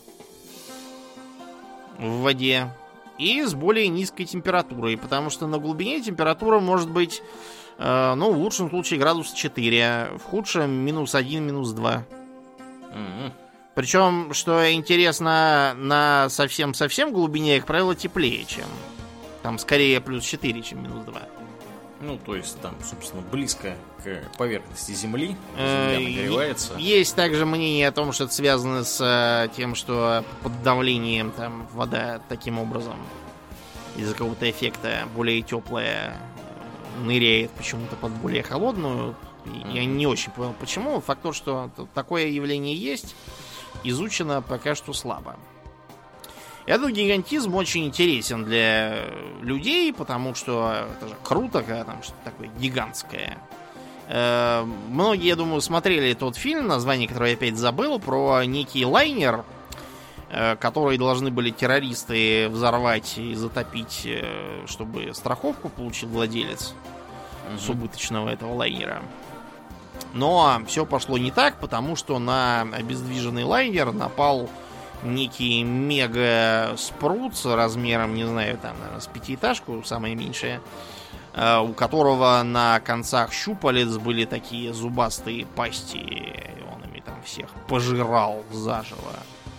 в воде и с более низкой температурой, потому что на глубине температура может быть, в лучшем случае градус 4, в худшем -1, -2. Причем, что интересно, на совсем-совсем глубине, как правило, теплее, чем там скорее +4, чем -2. Ну, то есть там, собственно, близко к поверхности Земли. Земля нагревается. Есть также мнение о том, что это связано с тем, что под давлением там вода таким образом из-за какого-то эффекта более теплая ныряет почему-то под более холодную. Я не очень понял, почему. Факт тот, что такое явление есть, изучено пока что слабо. Этот гигантизм очень интересен для людей, потому что это же круто, когда там что-то такое гигантское. Многие, я думаю, смотрели тот фильм, название которого я опять забыл, про некий лайнер, который должны были террористы взорвать и затопить, чтобы страховку получил владелец с убыточного этого лайнера. Но все пошло не так, потому что на обездвиженный лайнер напал некий мега-спрут размером, не знаю, там, наверное, с пятиэтажку, самое меньшее, у которого на концах щупалец были такие зубастые пасти, и он ими там всех пожирал заживо.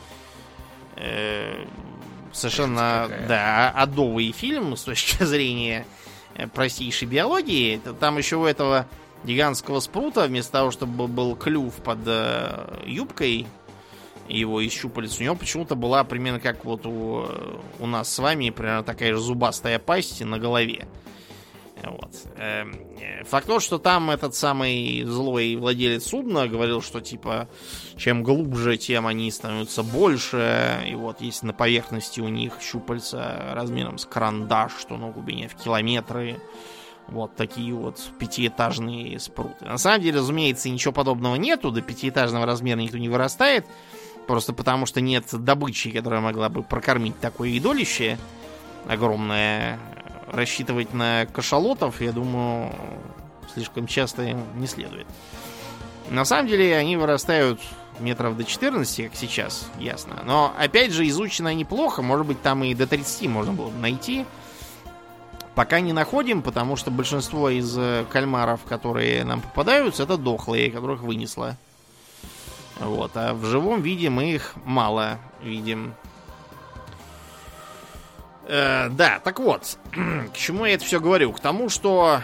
Совершенно, да, адовый фильм с точки зрения простейшей биологии. Там еще у этого гигантского спрута, вместо того, чтобы был клюв под юбкой его из щупалец, у него почему-то была примерно как вот у нас с вами, примерно такая же зубастая пасть на голове. Вот. Факт тот, что там этот самый злой владелец судна говорил, что типа чем глубже, тем они становятся больше. И вот есть на поверхности у них щупальца размером с карандаш, что на глубине в километры. Вот такие вот пятиэтажные спруты. На самом деле, разумеется, ничего подобного нету. До пятиэтажного размера никто не вырастает. Просто потому, что нет добычи, которая могла бы прокормить такое идолище огромное. Рассчитывать на кашалотов, я думаю, слишком часто не следует. На самом деле, они вырастают метров до 14, как сейчас, ясно. Но, опять же, изучено неплохо. Может быть, там и до 30 можно было бы найти. Пока не находим, потому что большинство из кальмаров, которые нам попадаются, это дохлые, которых вынесло. Вот. А в живом виде мы их мало видим. Да, так вот, к чему я это все говорю? К тому, что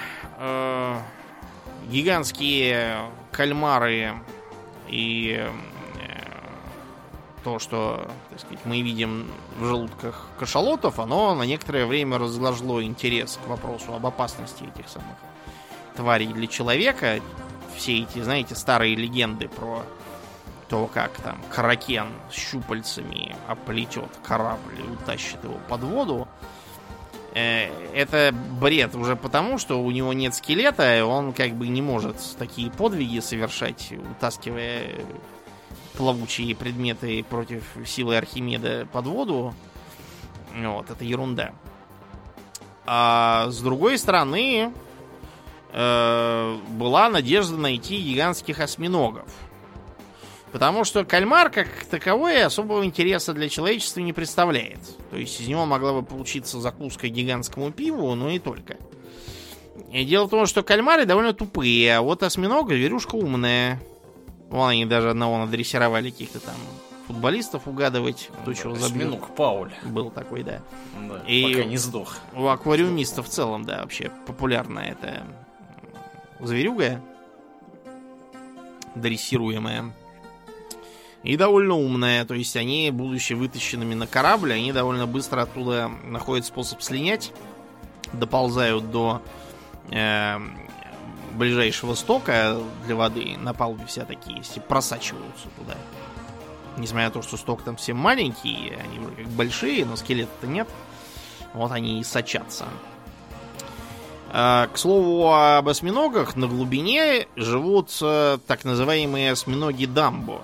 гигантские кальмары и то, что, так сказать, мы видим в желудках кашалотов, оно на некоторое время разложило интерес к вопросу об опасности этих самых тварей для человека. Все эти, знаете, старые легенды про то, как там кракен с щупальцами оплетет корабль и утащит его под воду. это бред уже потому, что у него нет скелета, и он как бы не может такие подвиги совершать, утаскивая плавучие предметы против силы Архимеда под воду. Вот, это ерунда. А с другой стороны, была надежда найти гигантских осьминогов. Потому что кальмар, как таковой, особого интереса для человечества не представляет. То есть из него могла бы получиться закуска гигантскому пиву, но и только. И дело в том, что кальмары довольно тупые, а вот осьминог зверюшка умная. Вон они даже одного надрессировали, каких-то там футболистов угадывать, кто чего забил. Осьминог Пауль. Был такой, да. Да, и пока не сдох. У аквариумистов в целом, да, вообще популярная эта зверюга, дрессируемая. И довольно умная, то есть они, будучи вытащенными на корабль, они довольно быстро оттуда находят способ слинять, доползают до ближайшего стока для воды, на палубе вся такие есть, и просачиваются туда. Несмотря на то, что сток там все маленькие, они вроде как большие, но скелета-то нет, вот они и сочатся. К слову об осьминогах, на глубине живут так называемые осьминоги Дамбо.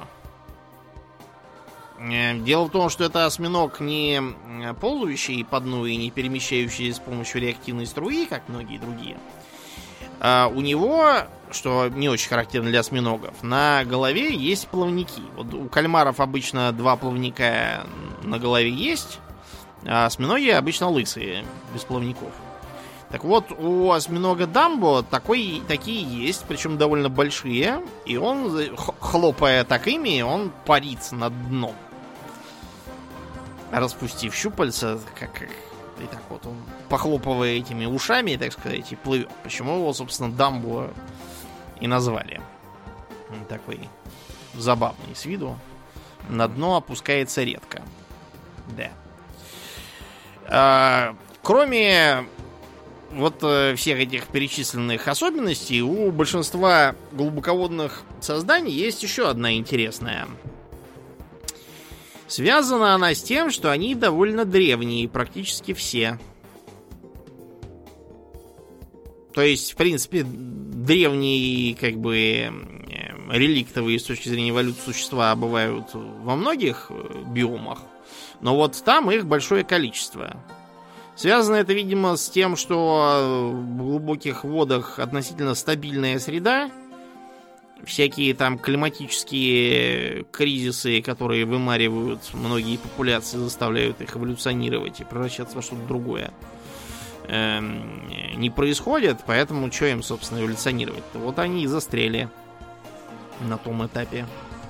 Дело в том, что это осьминог не ползающий по дну и не перемещающийся с помощью реактивной струи, как многие другие. У него, что не очень характерно для осьминогов, на голове есть плавники. Вот у кальмаров обычно 2 плавника на голове есть, а осьминоги обычно лысые, без плавников. Так вот, у осьминога Дамбо такие есть, причем довольно большие, и он, хлопая такими, он парит над дном. Распустив щупальца, и так вот он, похлопывая этими ушами, так сказать, и плывет. Почему его, собственно, Дамбо и назвали. Он такой забавный с виду. На дно опускается редко. Да. Кроме вот всех этих перечисленных особенностей, у большинства глубоководных созданий есть еще одна интересная. Связана она с тем, что они довольно древние, практически все. То есть, в принципе, древние, как бы, реликтовые с точки зрения эволюции существа бывают во многих биомах, но вот там их большое количество. Связано это, видимо, с тем, что в глубоких водах относительно стабильная среда. Всякие там климатические кризисы, которые вымаривают многие популяции, заставляют их эволюционировать и превращаться во что-то другое, не происходят. Поэтому что им, собственно, эволюционировать-то? Вот они и застряли на том этапе.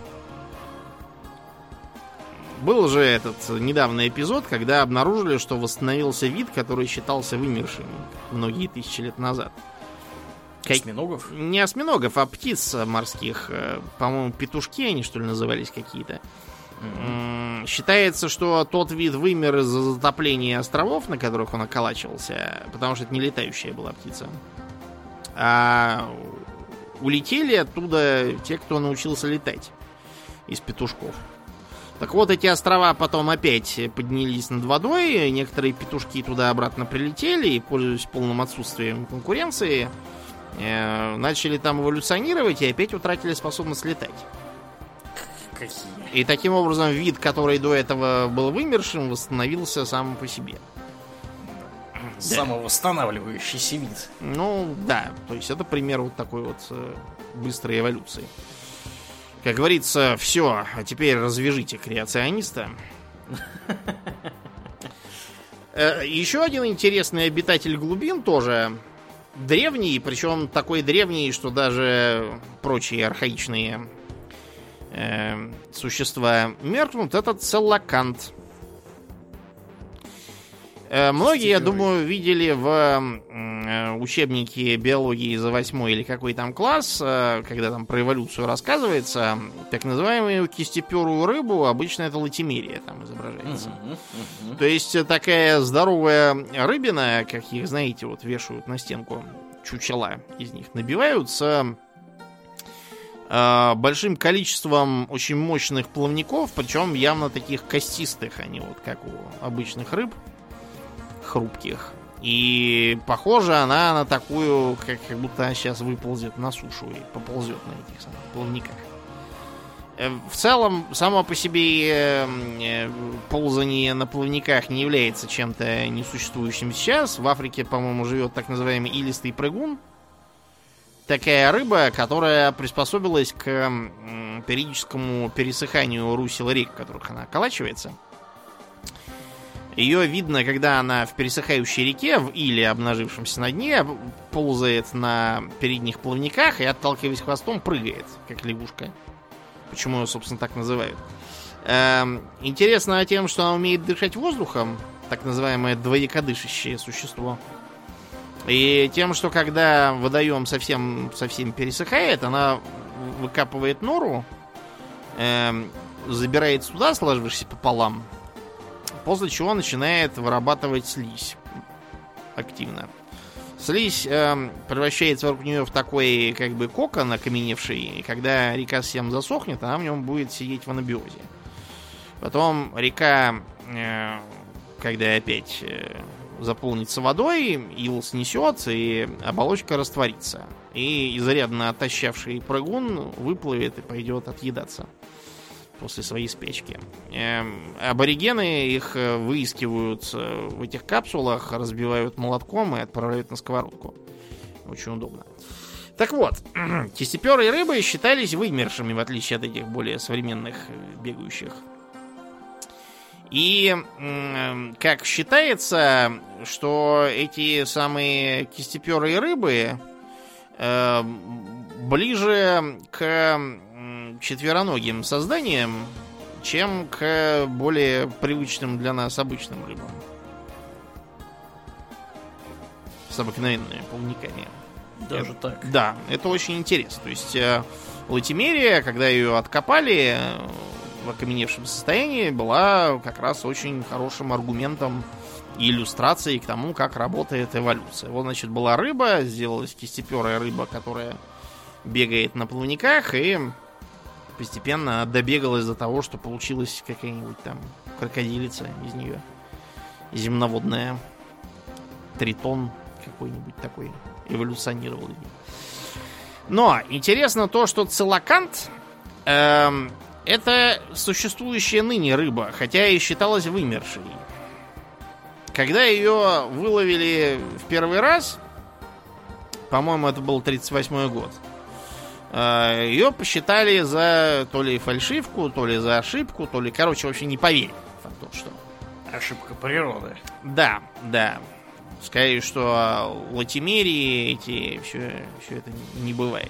Был же этот недавний эпизод, когда обнаружили, что восстановился вид, который считался вымершим многие тысячи лет назад. Осьминогов? Не осьминогов, а птиц морских. По-моему, петушки они, что ли, назывались какие-то. Считается, что тот вид вымер из-за затопления островов, на которых он околачивался, потому что это не летающая была птица. А улетели оттуда те, кто научился летать из петушков. Так вот, эти острова потом опять поднялись над водой, некоторые петушки туда-обратно прилетели и, пользуясь полным отсутствием конкуренции, начали там эволюционировать и опять утратили способность летать. Какие? И таким образом вид, который до этого был вымершим, восстановился сам по себе. Самовосстанавливающийся вид. Ну, да. То есть это пример вот такой вот быстрой эволюции. Как говорится, все, а теперь развяжите креациониста. Еще один интересный обитатель глубин тоже древний, причем такой древний, что даже прочие архаичные существа меркнут, это целлакант. Многие, я думаю, видели в учебнике биологии за 8 или какой там класс, когда там про эволюцию рассказывается, так называемую кистеперую рыбу, обычно это латимерия там изображается. То есть такая здоровая рыбина, как их, знаете, вот вешают на стенку, чучела из них набиваются большим количеством очень мощных плавников, причем явно таких костистых, а не вот как у обычных рыб, хрупких. И похоже она на такую, как будто сейчас выползет на сушу и поползет на этих самых плавниках. В целом, само по себе ползание на плавниках не является чем-то несуществующим сейчас. В Африке, по-моему, живет так называемый илистый прыгун. Такая рыба, которая приспособилась к периодическому пересыханию русел рек, в которых она околачивается. Ее видно, когда она в пересыхающей реке, в иле, обнажившемся на дне, ползает на передних плавниках и, отталкиваясь хвостом, прыгает, как лягушка. Почему ее, собственно, так называют. Интересно тем, что она умеет дышать воздухом, так называемое двоякодышащее существо. И тем, что когда водоем совсем пересыхает, она выкапывает нору, забирается туда, сложившись пополам, после чего начинает вырабатывать слизь активно. Слизь превращается вокруг нее в такой, как бы, кокон окаменевший, и когда река совсем засохнет, она в нем будет сидеть в анабиозе. Потом река, когда опять заполнится водой, ил снесет, и оболочка растворится. И изрядно отощавший прыгун выплывет и пойдет отъедаться после своей спячки. Аборигены их выискивают в этих капсулах, разбивают молотком и отправляют на сковородку. Очень удобно. Так вот, кистеперые рыбы считались вымершими, в отличие от этих более современных бегающих. И как считается, что эти самые кистеперые рыбы ближе к четвероногим созданиям, чем к более привычным для нас обычным рыбам. С обыкновенными плавниками. Даже так? Да, это очень интересно. То есть латимерия, когда ее откопали в окаменевшем состоянии, была как раз очень хорошим аргументом и иллюстрацией к тому, как работает эволюция. Вот, значит, была рыба, сделалась кистеперая рыба, которая бегает на плавниках, и постепенно добегалась до того, что получилась какая-нибудь там крокодилица из нее. Земноводная. Тритон какой-нибудь такой эволюционировал. Но интересно то, что целокант это существующая ныне рыба, хотя и считалась вымершей. Когда ее выловили в первый раз, по-моему, это был 1938 год, ее посчитали за то ли фальшивку, то ли за ошибку, то ли, короче, вообще не поверили в то, что... Ошибка природы. Да, да. Сказали, что латимерии эти, все это не бывает.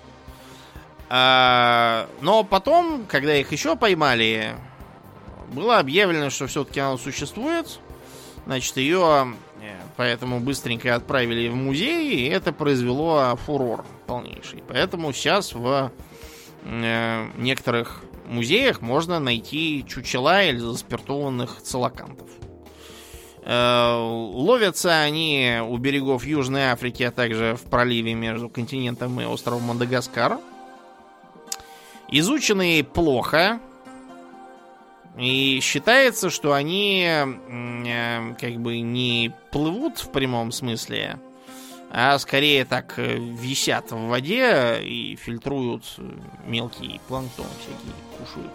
Но потом, когда их еще поймали, было объявлено, что все-таки она существует. Значит, ее поэтому быстренько отправили в музей, и это произвело фурор полнейший. Поэтому сейчас в некоторых музеях можно найти чучела или заспиртованных целокантов. Ловятся они у берегов Южной Африки, а также в проливе между континентом и островом Мадагаскар. Изучены плохо. И считается, что они как бы не плывут в прямом смысле, а скорее так висят в воде и фильтруют мелкий планктон всякий, кушают.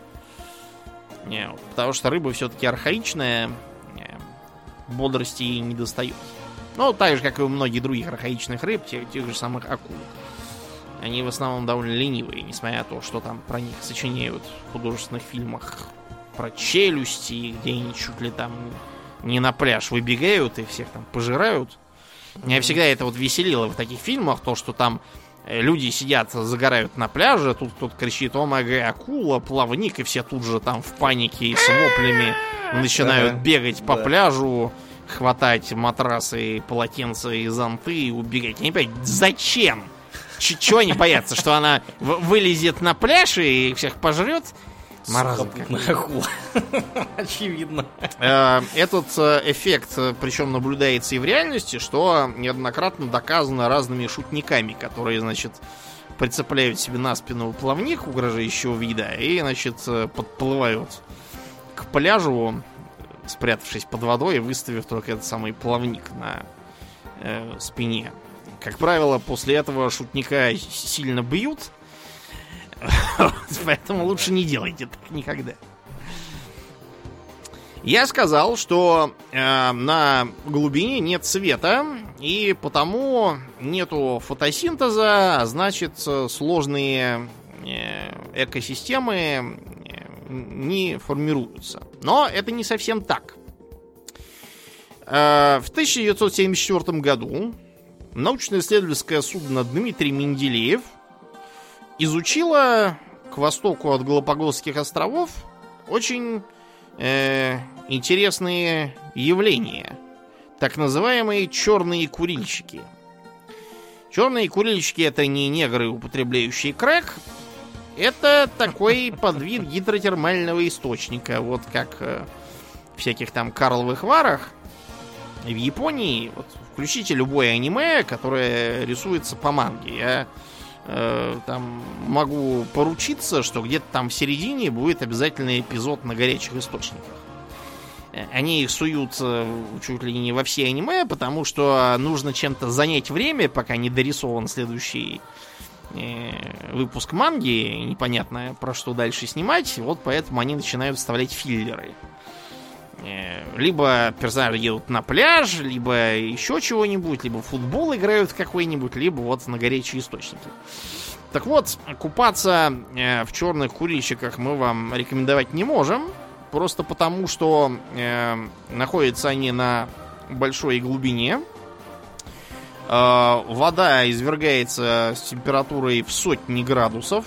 Потому что рыба все-таки архаичная, бодрости ей не достает. Ну, так же, как и у многих других архаичных рыб, тех же самых акул. Они в основном довольно ленивые, несмотря на то, что там про них сочиняют в художественных фильмах про челюсти, где они чуть ли там не на пляж выбегают и всех там пожирают. Меня всегда это вот веселило в таких фильмах, то, что там люди сидят, загорают на пляже, тут кто-то кричит: «О май гад, акула, плавник», и все тут же там в панике и с воплями начинают бегать по пляжу, хватать матрасы, полотенца и зонты и убегать. Я не понимаю, зачем? Чего они боятся? Что она вылезет на пляж и всех пожрет? Маразм какой. Очевидно. Этот эффект, причем наблюдается и в реальности, что неоднократно доказано разными шутниками, которые, значит, прицепляют себе на спину плавник угрожающего вида и, значит, подплывают к пляжу спрятавшись под водой и выставив только этот самый плавник на спине. Как правило, после этого шутника сильно бьют, поэтому лучше не делайте так никогда. Я сказал, что на глубине нет света, и потому нету фотосинтеза, а значит, сложные экосистемы не формируются. Но это не совсем так. В 1974 году научно-исследовательское судно «Дмитрий Менделеев» изучило к востоку от Галапагосских островов очень интересные явления. Так называемые черные курильщики. Черные курильщики — это не негры, употребляющие крэк. Это такой подвид гидротермального источника. Вот как в всяких там Карловых Варах в Японии. Вот, включите любое аниме, которое рисуется по манге. Я там могу поручиться, что где-то там в середине будет обязательно эпизод на горячих источниках. Они их суют чуть ли не во все аниме, потому что нужно чем-то занять время, пока не дорисован следующий выпуск манги, непонятно про что дальше снимать, вот поэтому они начинают вставлять филлеры. Либо персонажи едут на пляж, либо еще чего-нибудь, либо в футбол играют какой-нибудь, либо вот на горячие источники. Так вот, купаться в черных курильщиках мы вам рекомендовать не можем, просто потому что находятся они на большой глубине. Вода извергается с температурой в сотни градусов.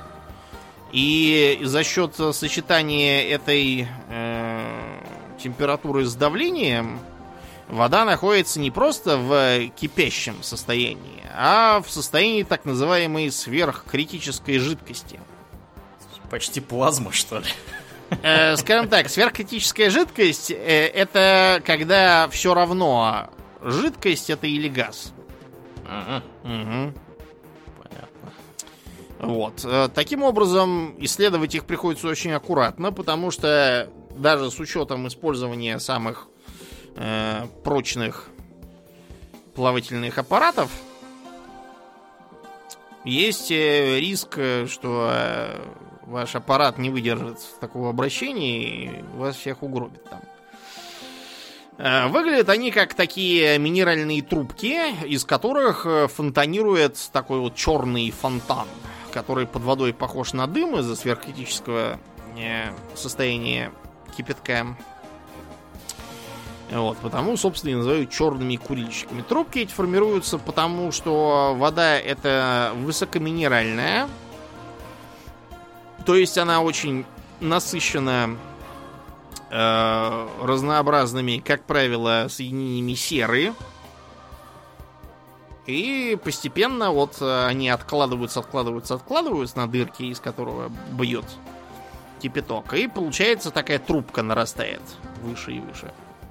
И за счет сочетания этой температуры с давлением вода находится не просто в кипящем состоянии, а в состоянии так называемой сверхкритической жидкости. Почти плазма, что ли? Скажем так, сверхкритическая жидкость это когда все равно, жидкость это или газ. Ага. Угу. Понятно. Вот. Таким образом, исследовать их приходится очень аккуратно, потому что даже с учетом использования самых прочных плавательных аппаратов, есть риск, что ваш аппарат не выдержит такого обращения и вас всех угробит там. Выглядят они как такие минеральные трубки, из которых фонтанирует такой вот черный фонтан, который под водой похож на дым из-за сверхкритического состояния кипятка. Вот, потому, собственно, и называют черными курильщиками. Трубки эти формируются потому, что вода это высокоминеральная, то есть она очень насыщена разнообразными, как правило, соединениями серы. И постепенно вот они откладываются на дырки, из которого бьет кипяток. И получается такая трубка нарастает выше и выше.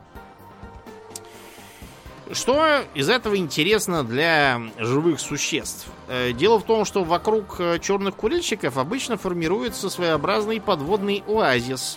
Что из этого интересно для живых существ? Дело в том, что вокруг черных курильщиков обычно формируется своеобразный подводный оазис,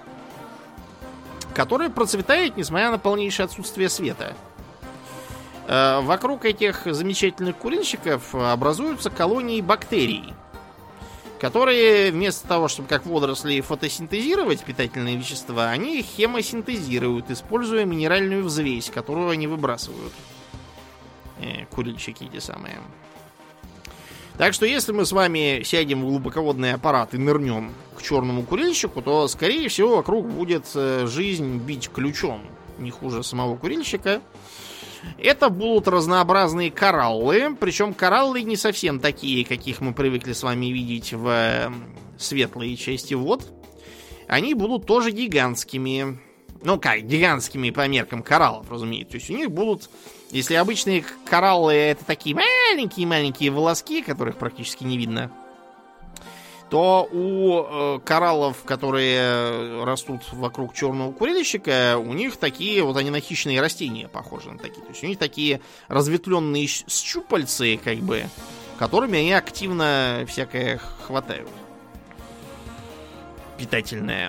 который процветает, несмотря на полнейшее отсутствие света. Вокруг этих замечательных курильщиков образуются колонии бактерий, которые вместо того, чтобы как водоросли фотосинтезировать питательные вещества, они их хемосинтезируют, используя минеральную взвесь, которую они выбрасывают. Курильщики эти самые. Так что если мы с вами сядем в глубоководный аппарат и нырнем к черному курильщику, то, скорее всего, вокруг будет жизнь бить ключом, не хуже самого курильщика. Это будут разнообразные кораллы, причем кораллы не совсем такие, каких мы привыкли с вами видеть в светлой части вод. Они будут тоже гигантскими. Ну как, гигантскими по меркам кораллов, разумеется. То есть у них будут, если обычные кораллы это такие маленькие-маленькие волоски, которых практически не видно, то у кораллов, которые растут вокруг черного курильщика, у них такие, вот они на хищные растения похожи на такие. То есть у них такие разветвленные щупальцы, как бы, которыми они активно всякое хватают. Питательное.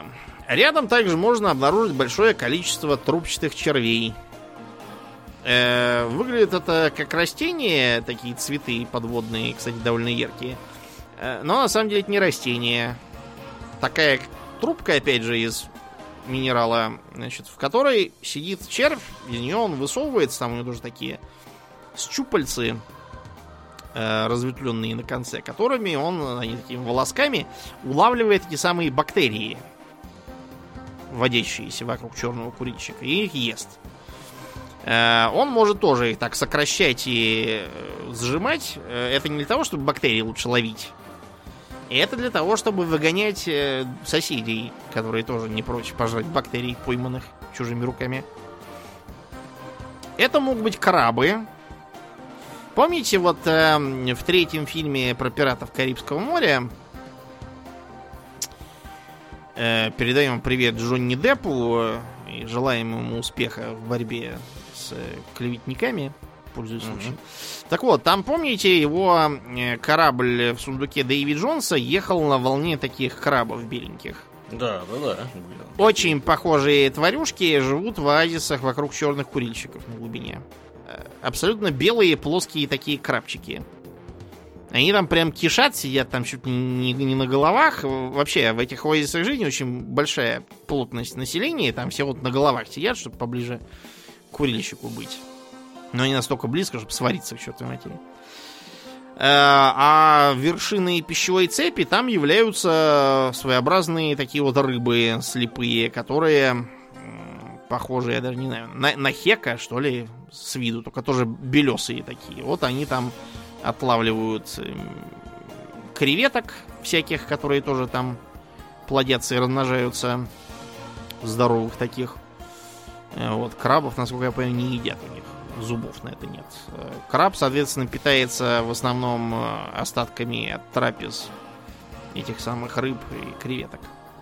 Рядом также можно обнаружить большое количество трубчатых червей. Выглядит это как растение, такие цветы подводные, кстати, довольно яркие. Но на самом деле это не растение. Такая трубка, опять же, из минерала, значит, в которой сидит червь, из нее он высовывается, там у него тоже такие щупальцы, разветвленные на конце, которыми он, они такими волосками, улавливает эти самые бактерии, водящиеся вокруг черного курильщика, и их ест. Он может тоже их так сокращать и сжимать. Это не для того, чтобы бактерии лучше ловить. Это для того, чтобы выгонять соседей, которые тоже не прочь пожрать бактерий, пойманных чужими руками. Это могут быть крабы. Помните, вот в третьем фильме про пиратов Карибского моря передаем привет Джонни Деппу и желаем ему успеха в борьбе с клеветниками, пользуясь случаем. Так вот, там, помните, его корабль в сундуке Дэйви Джонса ехал на волне таких крабов беленьких. Да. Очень похожие тварюшки живут в оазисах вокруг черных курильщиков на глубине. Абсолютно белые, плоские такие крабчики. Они там прям кишат, сидят там чуть не на головах. Вообще, в этих оазисах жизни очень большая плотность населения. Там все вот на головах сидят, чтобы поближе к курильщику быть. Но не настолько близко, чтобы свариться к чертовой матери. А вершины пищевой цепи там являются своеобразные такие вот рыбы слепые, которые похожи, я даже не знаю, на хека, что ли, с виду, только тоже белесые такие. Вот они там отлавливают креветок всяких, которые тоже там плодятся и размножаются, здоровых таких. Вот, крабов, насколько я понимаю, не едят у них. Зубов на это нет. Краб, соответственно, питается в основном остатками от трапез этих самых рыб и креветок.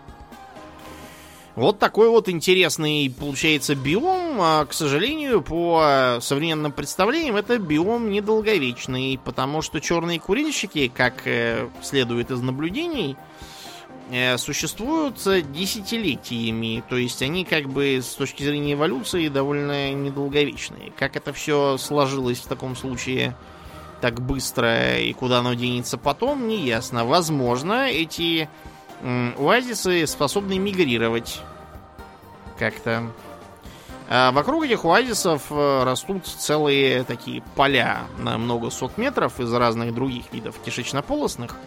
Вот такой вот интересный получается биом. К сожалению, по современным представлениям, это биом недолговечный, потому что черные курильщики, как следует из наблюдений, существуют десятилетиями. То есть они как бы с точки зрения эволюции довольно недолговечные. Как это все сложилось в таком случае так быстро и куда оно денется потом, не ясно. Возможно, эти оазисы способны мигрировать как-то. А вокруг этих оазисов растут целые такие поля на много сот метров из разных других видов кишечнополостных.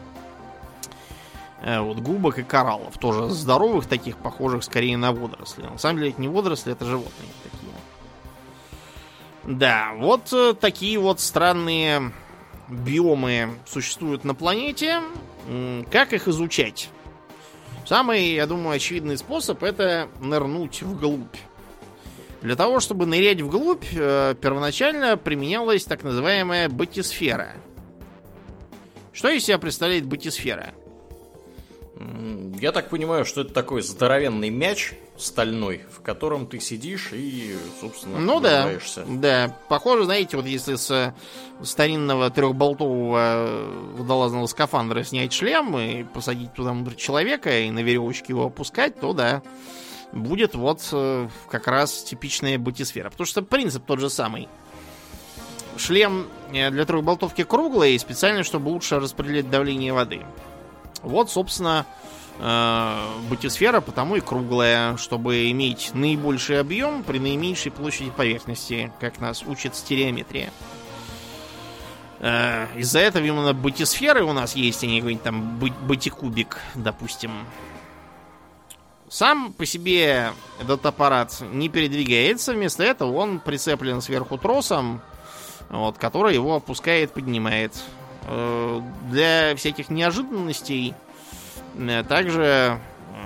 Вот, губок и кораллов. Тоже здоровых таких, похожих скорее на водоросли. На самом деле это не водоросли, это животные такие. Да, вот такие вот странные биомы существуют на планете. Как их изучать? Самый, я думаю, очевидный способ — это нырнуть вглубь. Для того, чтобы нырять вглубь, первоначально применялась так называемая батисфера. Что из себя представляет батисфера? Я так понимаю, что это такой здоровенный мяч стальной, в котором ты сидишь и, собственно, ныряешься. Да, похоже, знаете, вот если с старинного трехболтового водолазного скафандра снять шлем и посадить туда внутрь человека и на веревочке его опускать, то да, будет вот как раз типичная батисфера. Потому что принцип тот же самый. Шлем для трехболтовки круглый, специально, чтобы лучше распределять давление воды. Вот, собственно, батисфера потому и круглая, чтобы иметь наибольший объем при наименьшей площади поверхности, как нас учит стереометрия. Из-за этого именно батисферы у нас есть, а не какой-нибудь там батикубик, допустим. Сам по себе этот аппарат не передвигается, вместо этого он прицеплен сверху тросом, вот, который его опускает, поднимает. Для всяких неожиданностей также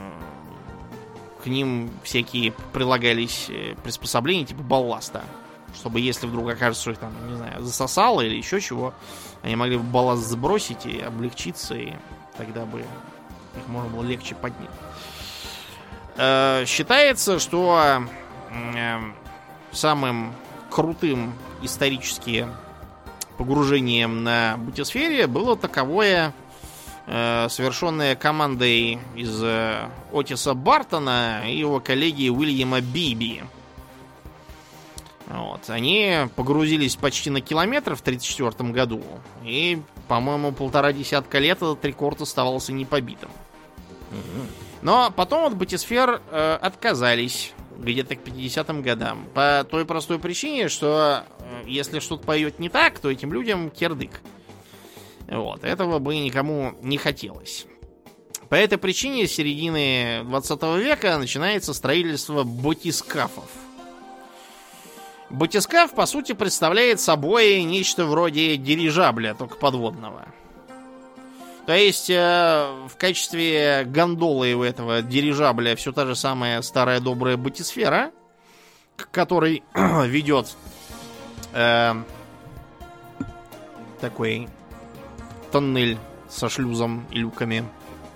к ним всякие прилагались приспособления типа балласта, чтобы если вдруг окажется, что их там, не знаю, засосало или еще чего, они могли бы балласт сбросить и облегчиться, и тогда бы их можно было легче поднять. Считается, что самым крутым исторически погружением на батисфере было таковое совершенное командой из Отиса Бартона и его коллеги Уильяма Биби. Вот. Они погрузились почти на километр в 1934 году. И, по-моему, 1,5 десятка лет этот рекорд оставался непобитым. Но потом от батисфер отказались где-то к 50-м годам. По той простой причине, что если что-то пойдет не так, то этим людям кирдык. Вот. Этого бы никому не хотелось. По этой причине с середины 20 века начинается строительство батискафов. Батискаф, по сути, представляет собой нечто вроде дирижабля, только подводного. То есть, в качестве гондолы у этого дирижабля все та же самая старая добрая батисфера, к которой ведет такой тоннель со шлюзом и люками.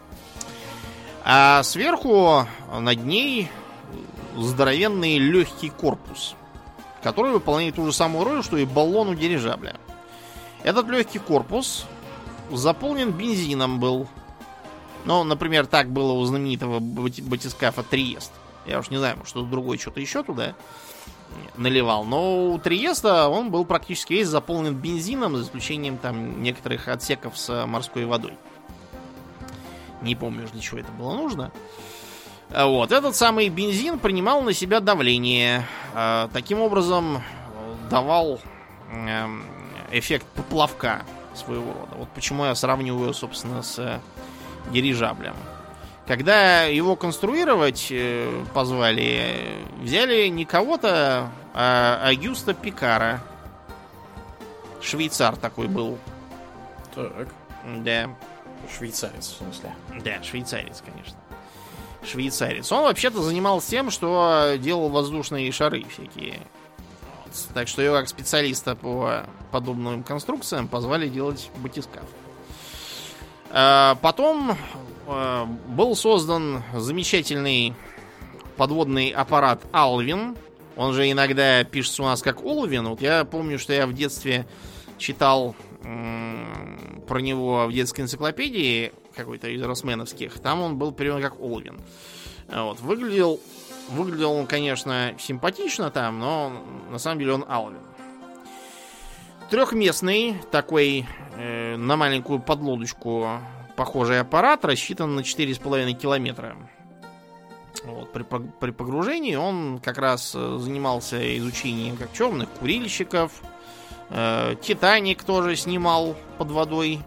А сверху над ней здоровенный легкий корпус, который выполняет ту же самую роль, что и баллон у дирижабля. Этот легкий корпус заполнен бензином был. Ну, например, так было у знаменитого батискафа Триест. Я уж не знаю, что другой что-то еще туда наливал. Но у Триеста он был практически весь заполнен бензином, за исключением там некоторых отсеков с морской водой. Не помню, для чего это было нужно. Вот. Этот самый бензин принимал на себя давление. Таким образом давал эффект поплавка своего рода. Вот почему я сравниваю, собственно, с дирижаблем. Когда его конструировать позвали, взяли не кого-то, а Агюста Пикара. Швейцар такой был. Так. Да. Швейцарец, в смысле. Да, швейцарец, конечно. Швейцарец. Он вообще-то занимался тем, что делал воздушные шары всякие. Вот. Так что его как специалиста по подобным конструкциям позвали делать батискаф. Потом был создан замечательный подводный аппарат Алвин. Он же иногда пишется у нас как Олвин. Вот я помню, что я в детстве читал про него в детской энциклопедии какой-то из росменовских. Там он был переведен как Олвин. Вот. Выглядел он, конечно, симпатично там, но на самом деле он Алвин. Трехместный такой на маленькую подлодочку похожий аппарат, рассчитан на 4,5 километра. Вот. При погружении он как раз занимался изучением как черных курильщиков. Титаник тоже снимал под водой.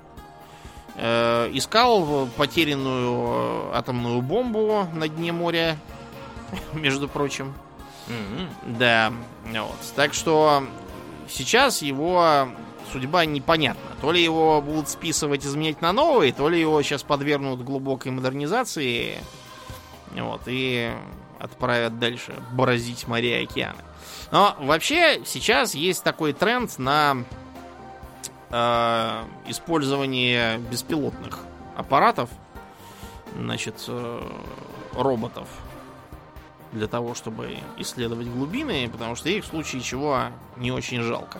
Искал потерянную атомную бомбу на дне моря, между прочим. Да, вот. Так что сейчас его судьба непонятна. То ли его будут списывать, изменять на новый, то ли его сейчас подвергнут глубокой модернизации, вот, и отправят дальше бороздить моря и океаны. Но вообще сейчас есть такой тренд на использование беспилотных аппаратов, значит, роботов, для того, чтобы исследовать глубины, потому что их в случае чего не очень жалко.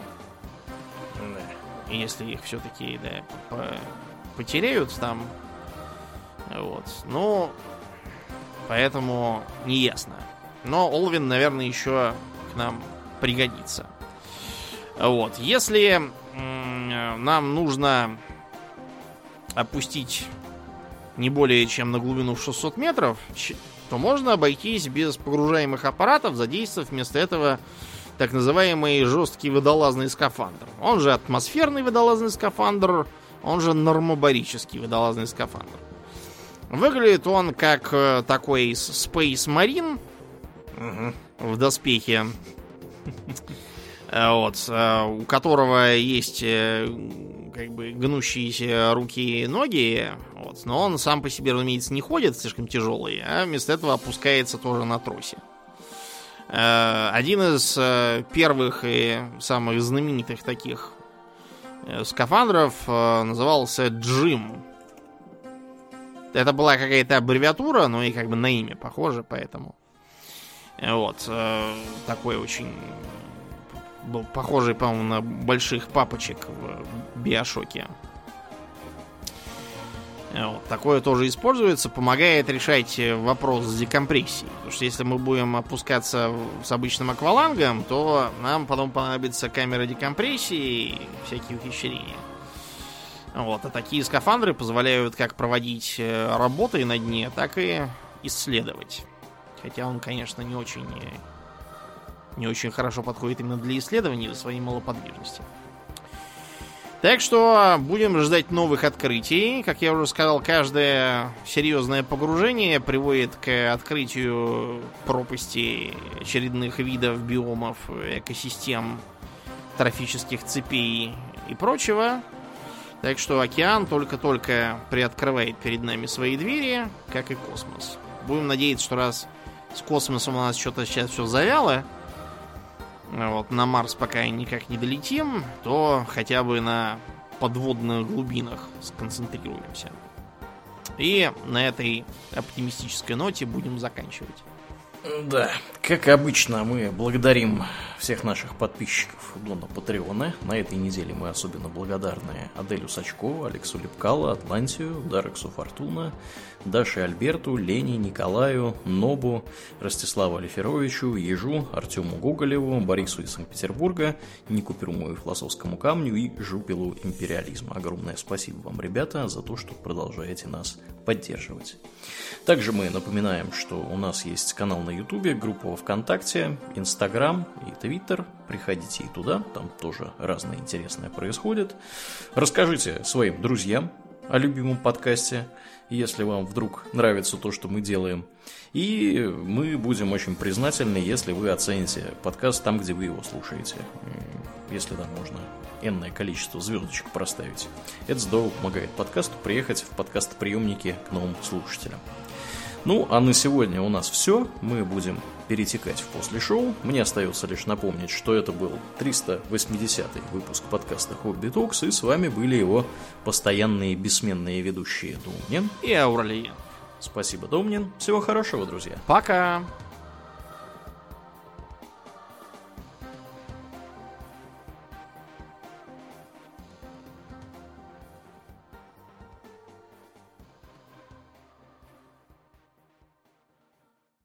Если их все-таки, да, потеряют там. Вот. Ну, поэтому не ясно. Но Олвин, наверное, еще к нам пригодится. Вот. Если нам нужно опустить не более чем на глубину в 600 метров, то можно обойтись без погружаемых аппаратов, задействовав вместо этого так называемый жесткий водолазный скафандр. Он же атмосферный водолазный скафандр, он же нормобарический водолазный скафандр. Выглядит он как такой Space Marine в доспехе, вот, у которого есть как бы гнущиеся руки и ноги, вот, но он сам по себе, разумеется, не ходит, слишком тяжелый, а вместо этого опускается тоже на тросе. Один из первых и самых знаменитых таких скафандров назывался Джим. Это была какая-то аббревиатура, но и как бы на имя похоже, поэтому. Вот. Такой очень... был похожий, по-моему, на больших папочек в Биошоке. Вот, такое тоже используется, помогает решать вопрос с декомпрессией. Потому что если мы будем опускаться с обычным аквалангом, то нам потом понадобится камера декомпрессии и всякие ухищрения. Вот, а такие скафандры позволяют как проводить работы на дне, так и исследовать. Хотя он, конечно, не очень хорошо подходит именно для исследований из-за своей малоподвижности. Так что будем ждать новых открытий. Как я уже сказал, каждое серьезное погружение приводит к открытию пропастей очередных видов, биомов, экосистем, трофических цепей и прочего. Так что океан только-только приоткрывает перед нами свои двери, как и космос. Будем надеяться, что раз с космосом у нас что-то сейчас все завяло, вот, на Марс пока никак не долетим, то хотя бы на подводных глубинах сконцентрируемся. И на этой оптимистической ноте будем заканчивать. Да, как обычно, мы благодарим всех наших подписчиков Дона Патреона. На этой неделе мы особенно благодарны Аделю Сачкову, Алексу Лепкало, Атлантию, Дарексу Фортуна, Даше Альберту, Лене, Николаю, Нобу, Ростиславу Алиферовичу, Ежу, Артему Гоголеву, Борису из Санкт-Петербурга, Нику Перуму и Философскому камню и Жупилу Империализма. Огромное спасибо вам, ребята, за то, что продолжаете нас поддерживать. Также мы напоминаем, что у нас есть канал на Ютубе, группа во ВКонтакте, Инстаграм и Твиттер. Приходите и туда, там тоже разное интересное происходит. Расскажите своим друзьям о любимом подкасте, если вам вдруг нравится то, что мы делаем. И мы будем очень признательны, если вы оцените подкаст там, где вы его слушаете. Если там можно энное количество звездочек проставить. Это здорово помогает подкасту приехать в подкастоприемники к новым слушателям. Ну, а на сегодня у нас все. Мы будем перетекать в после шоу. Мне остается лишь напомнить, что это был 380-й выпуск подкаста Хобби Токс, и с вами были его постоянные бессменные ведущие Домнин и Ауралиен. Спасибо, Домнин. Всего хорошего, друзья. Пока!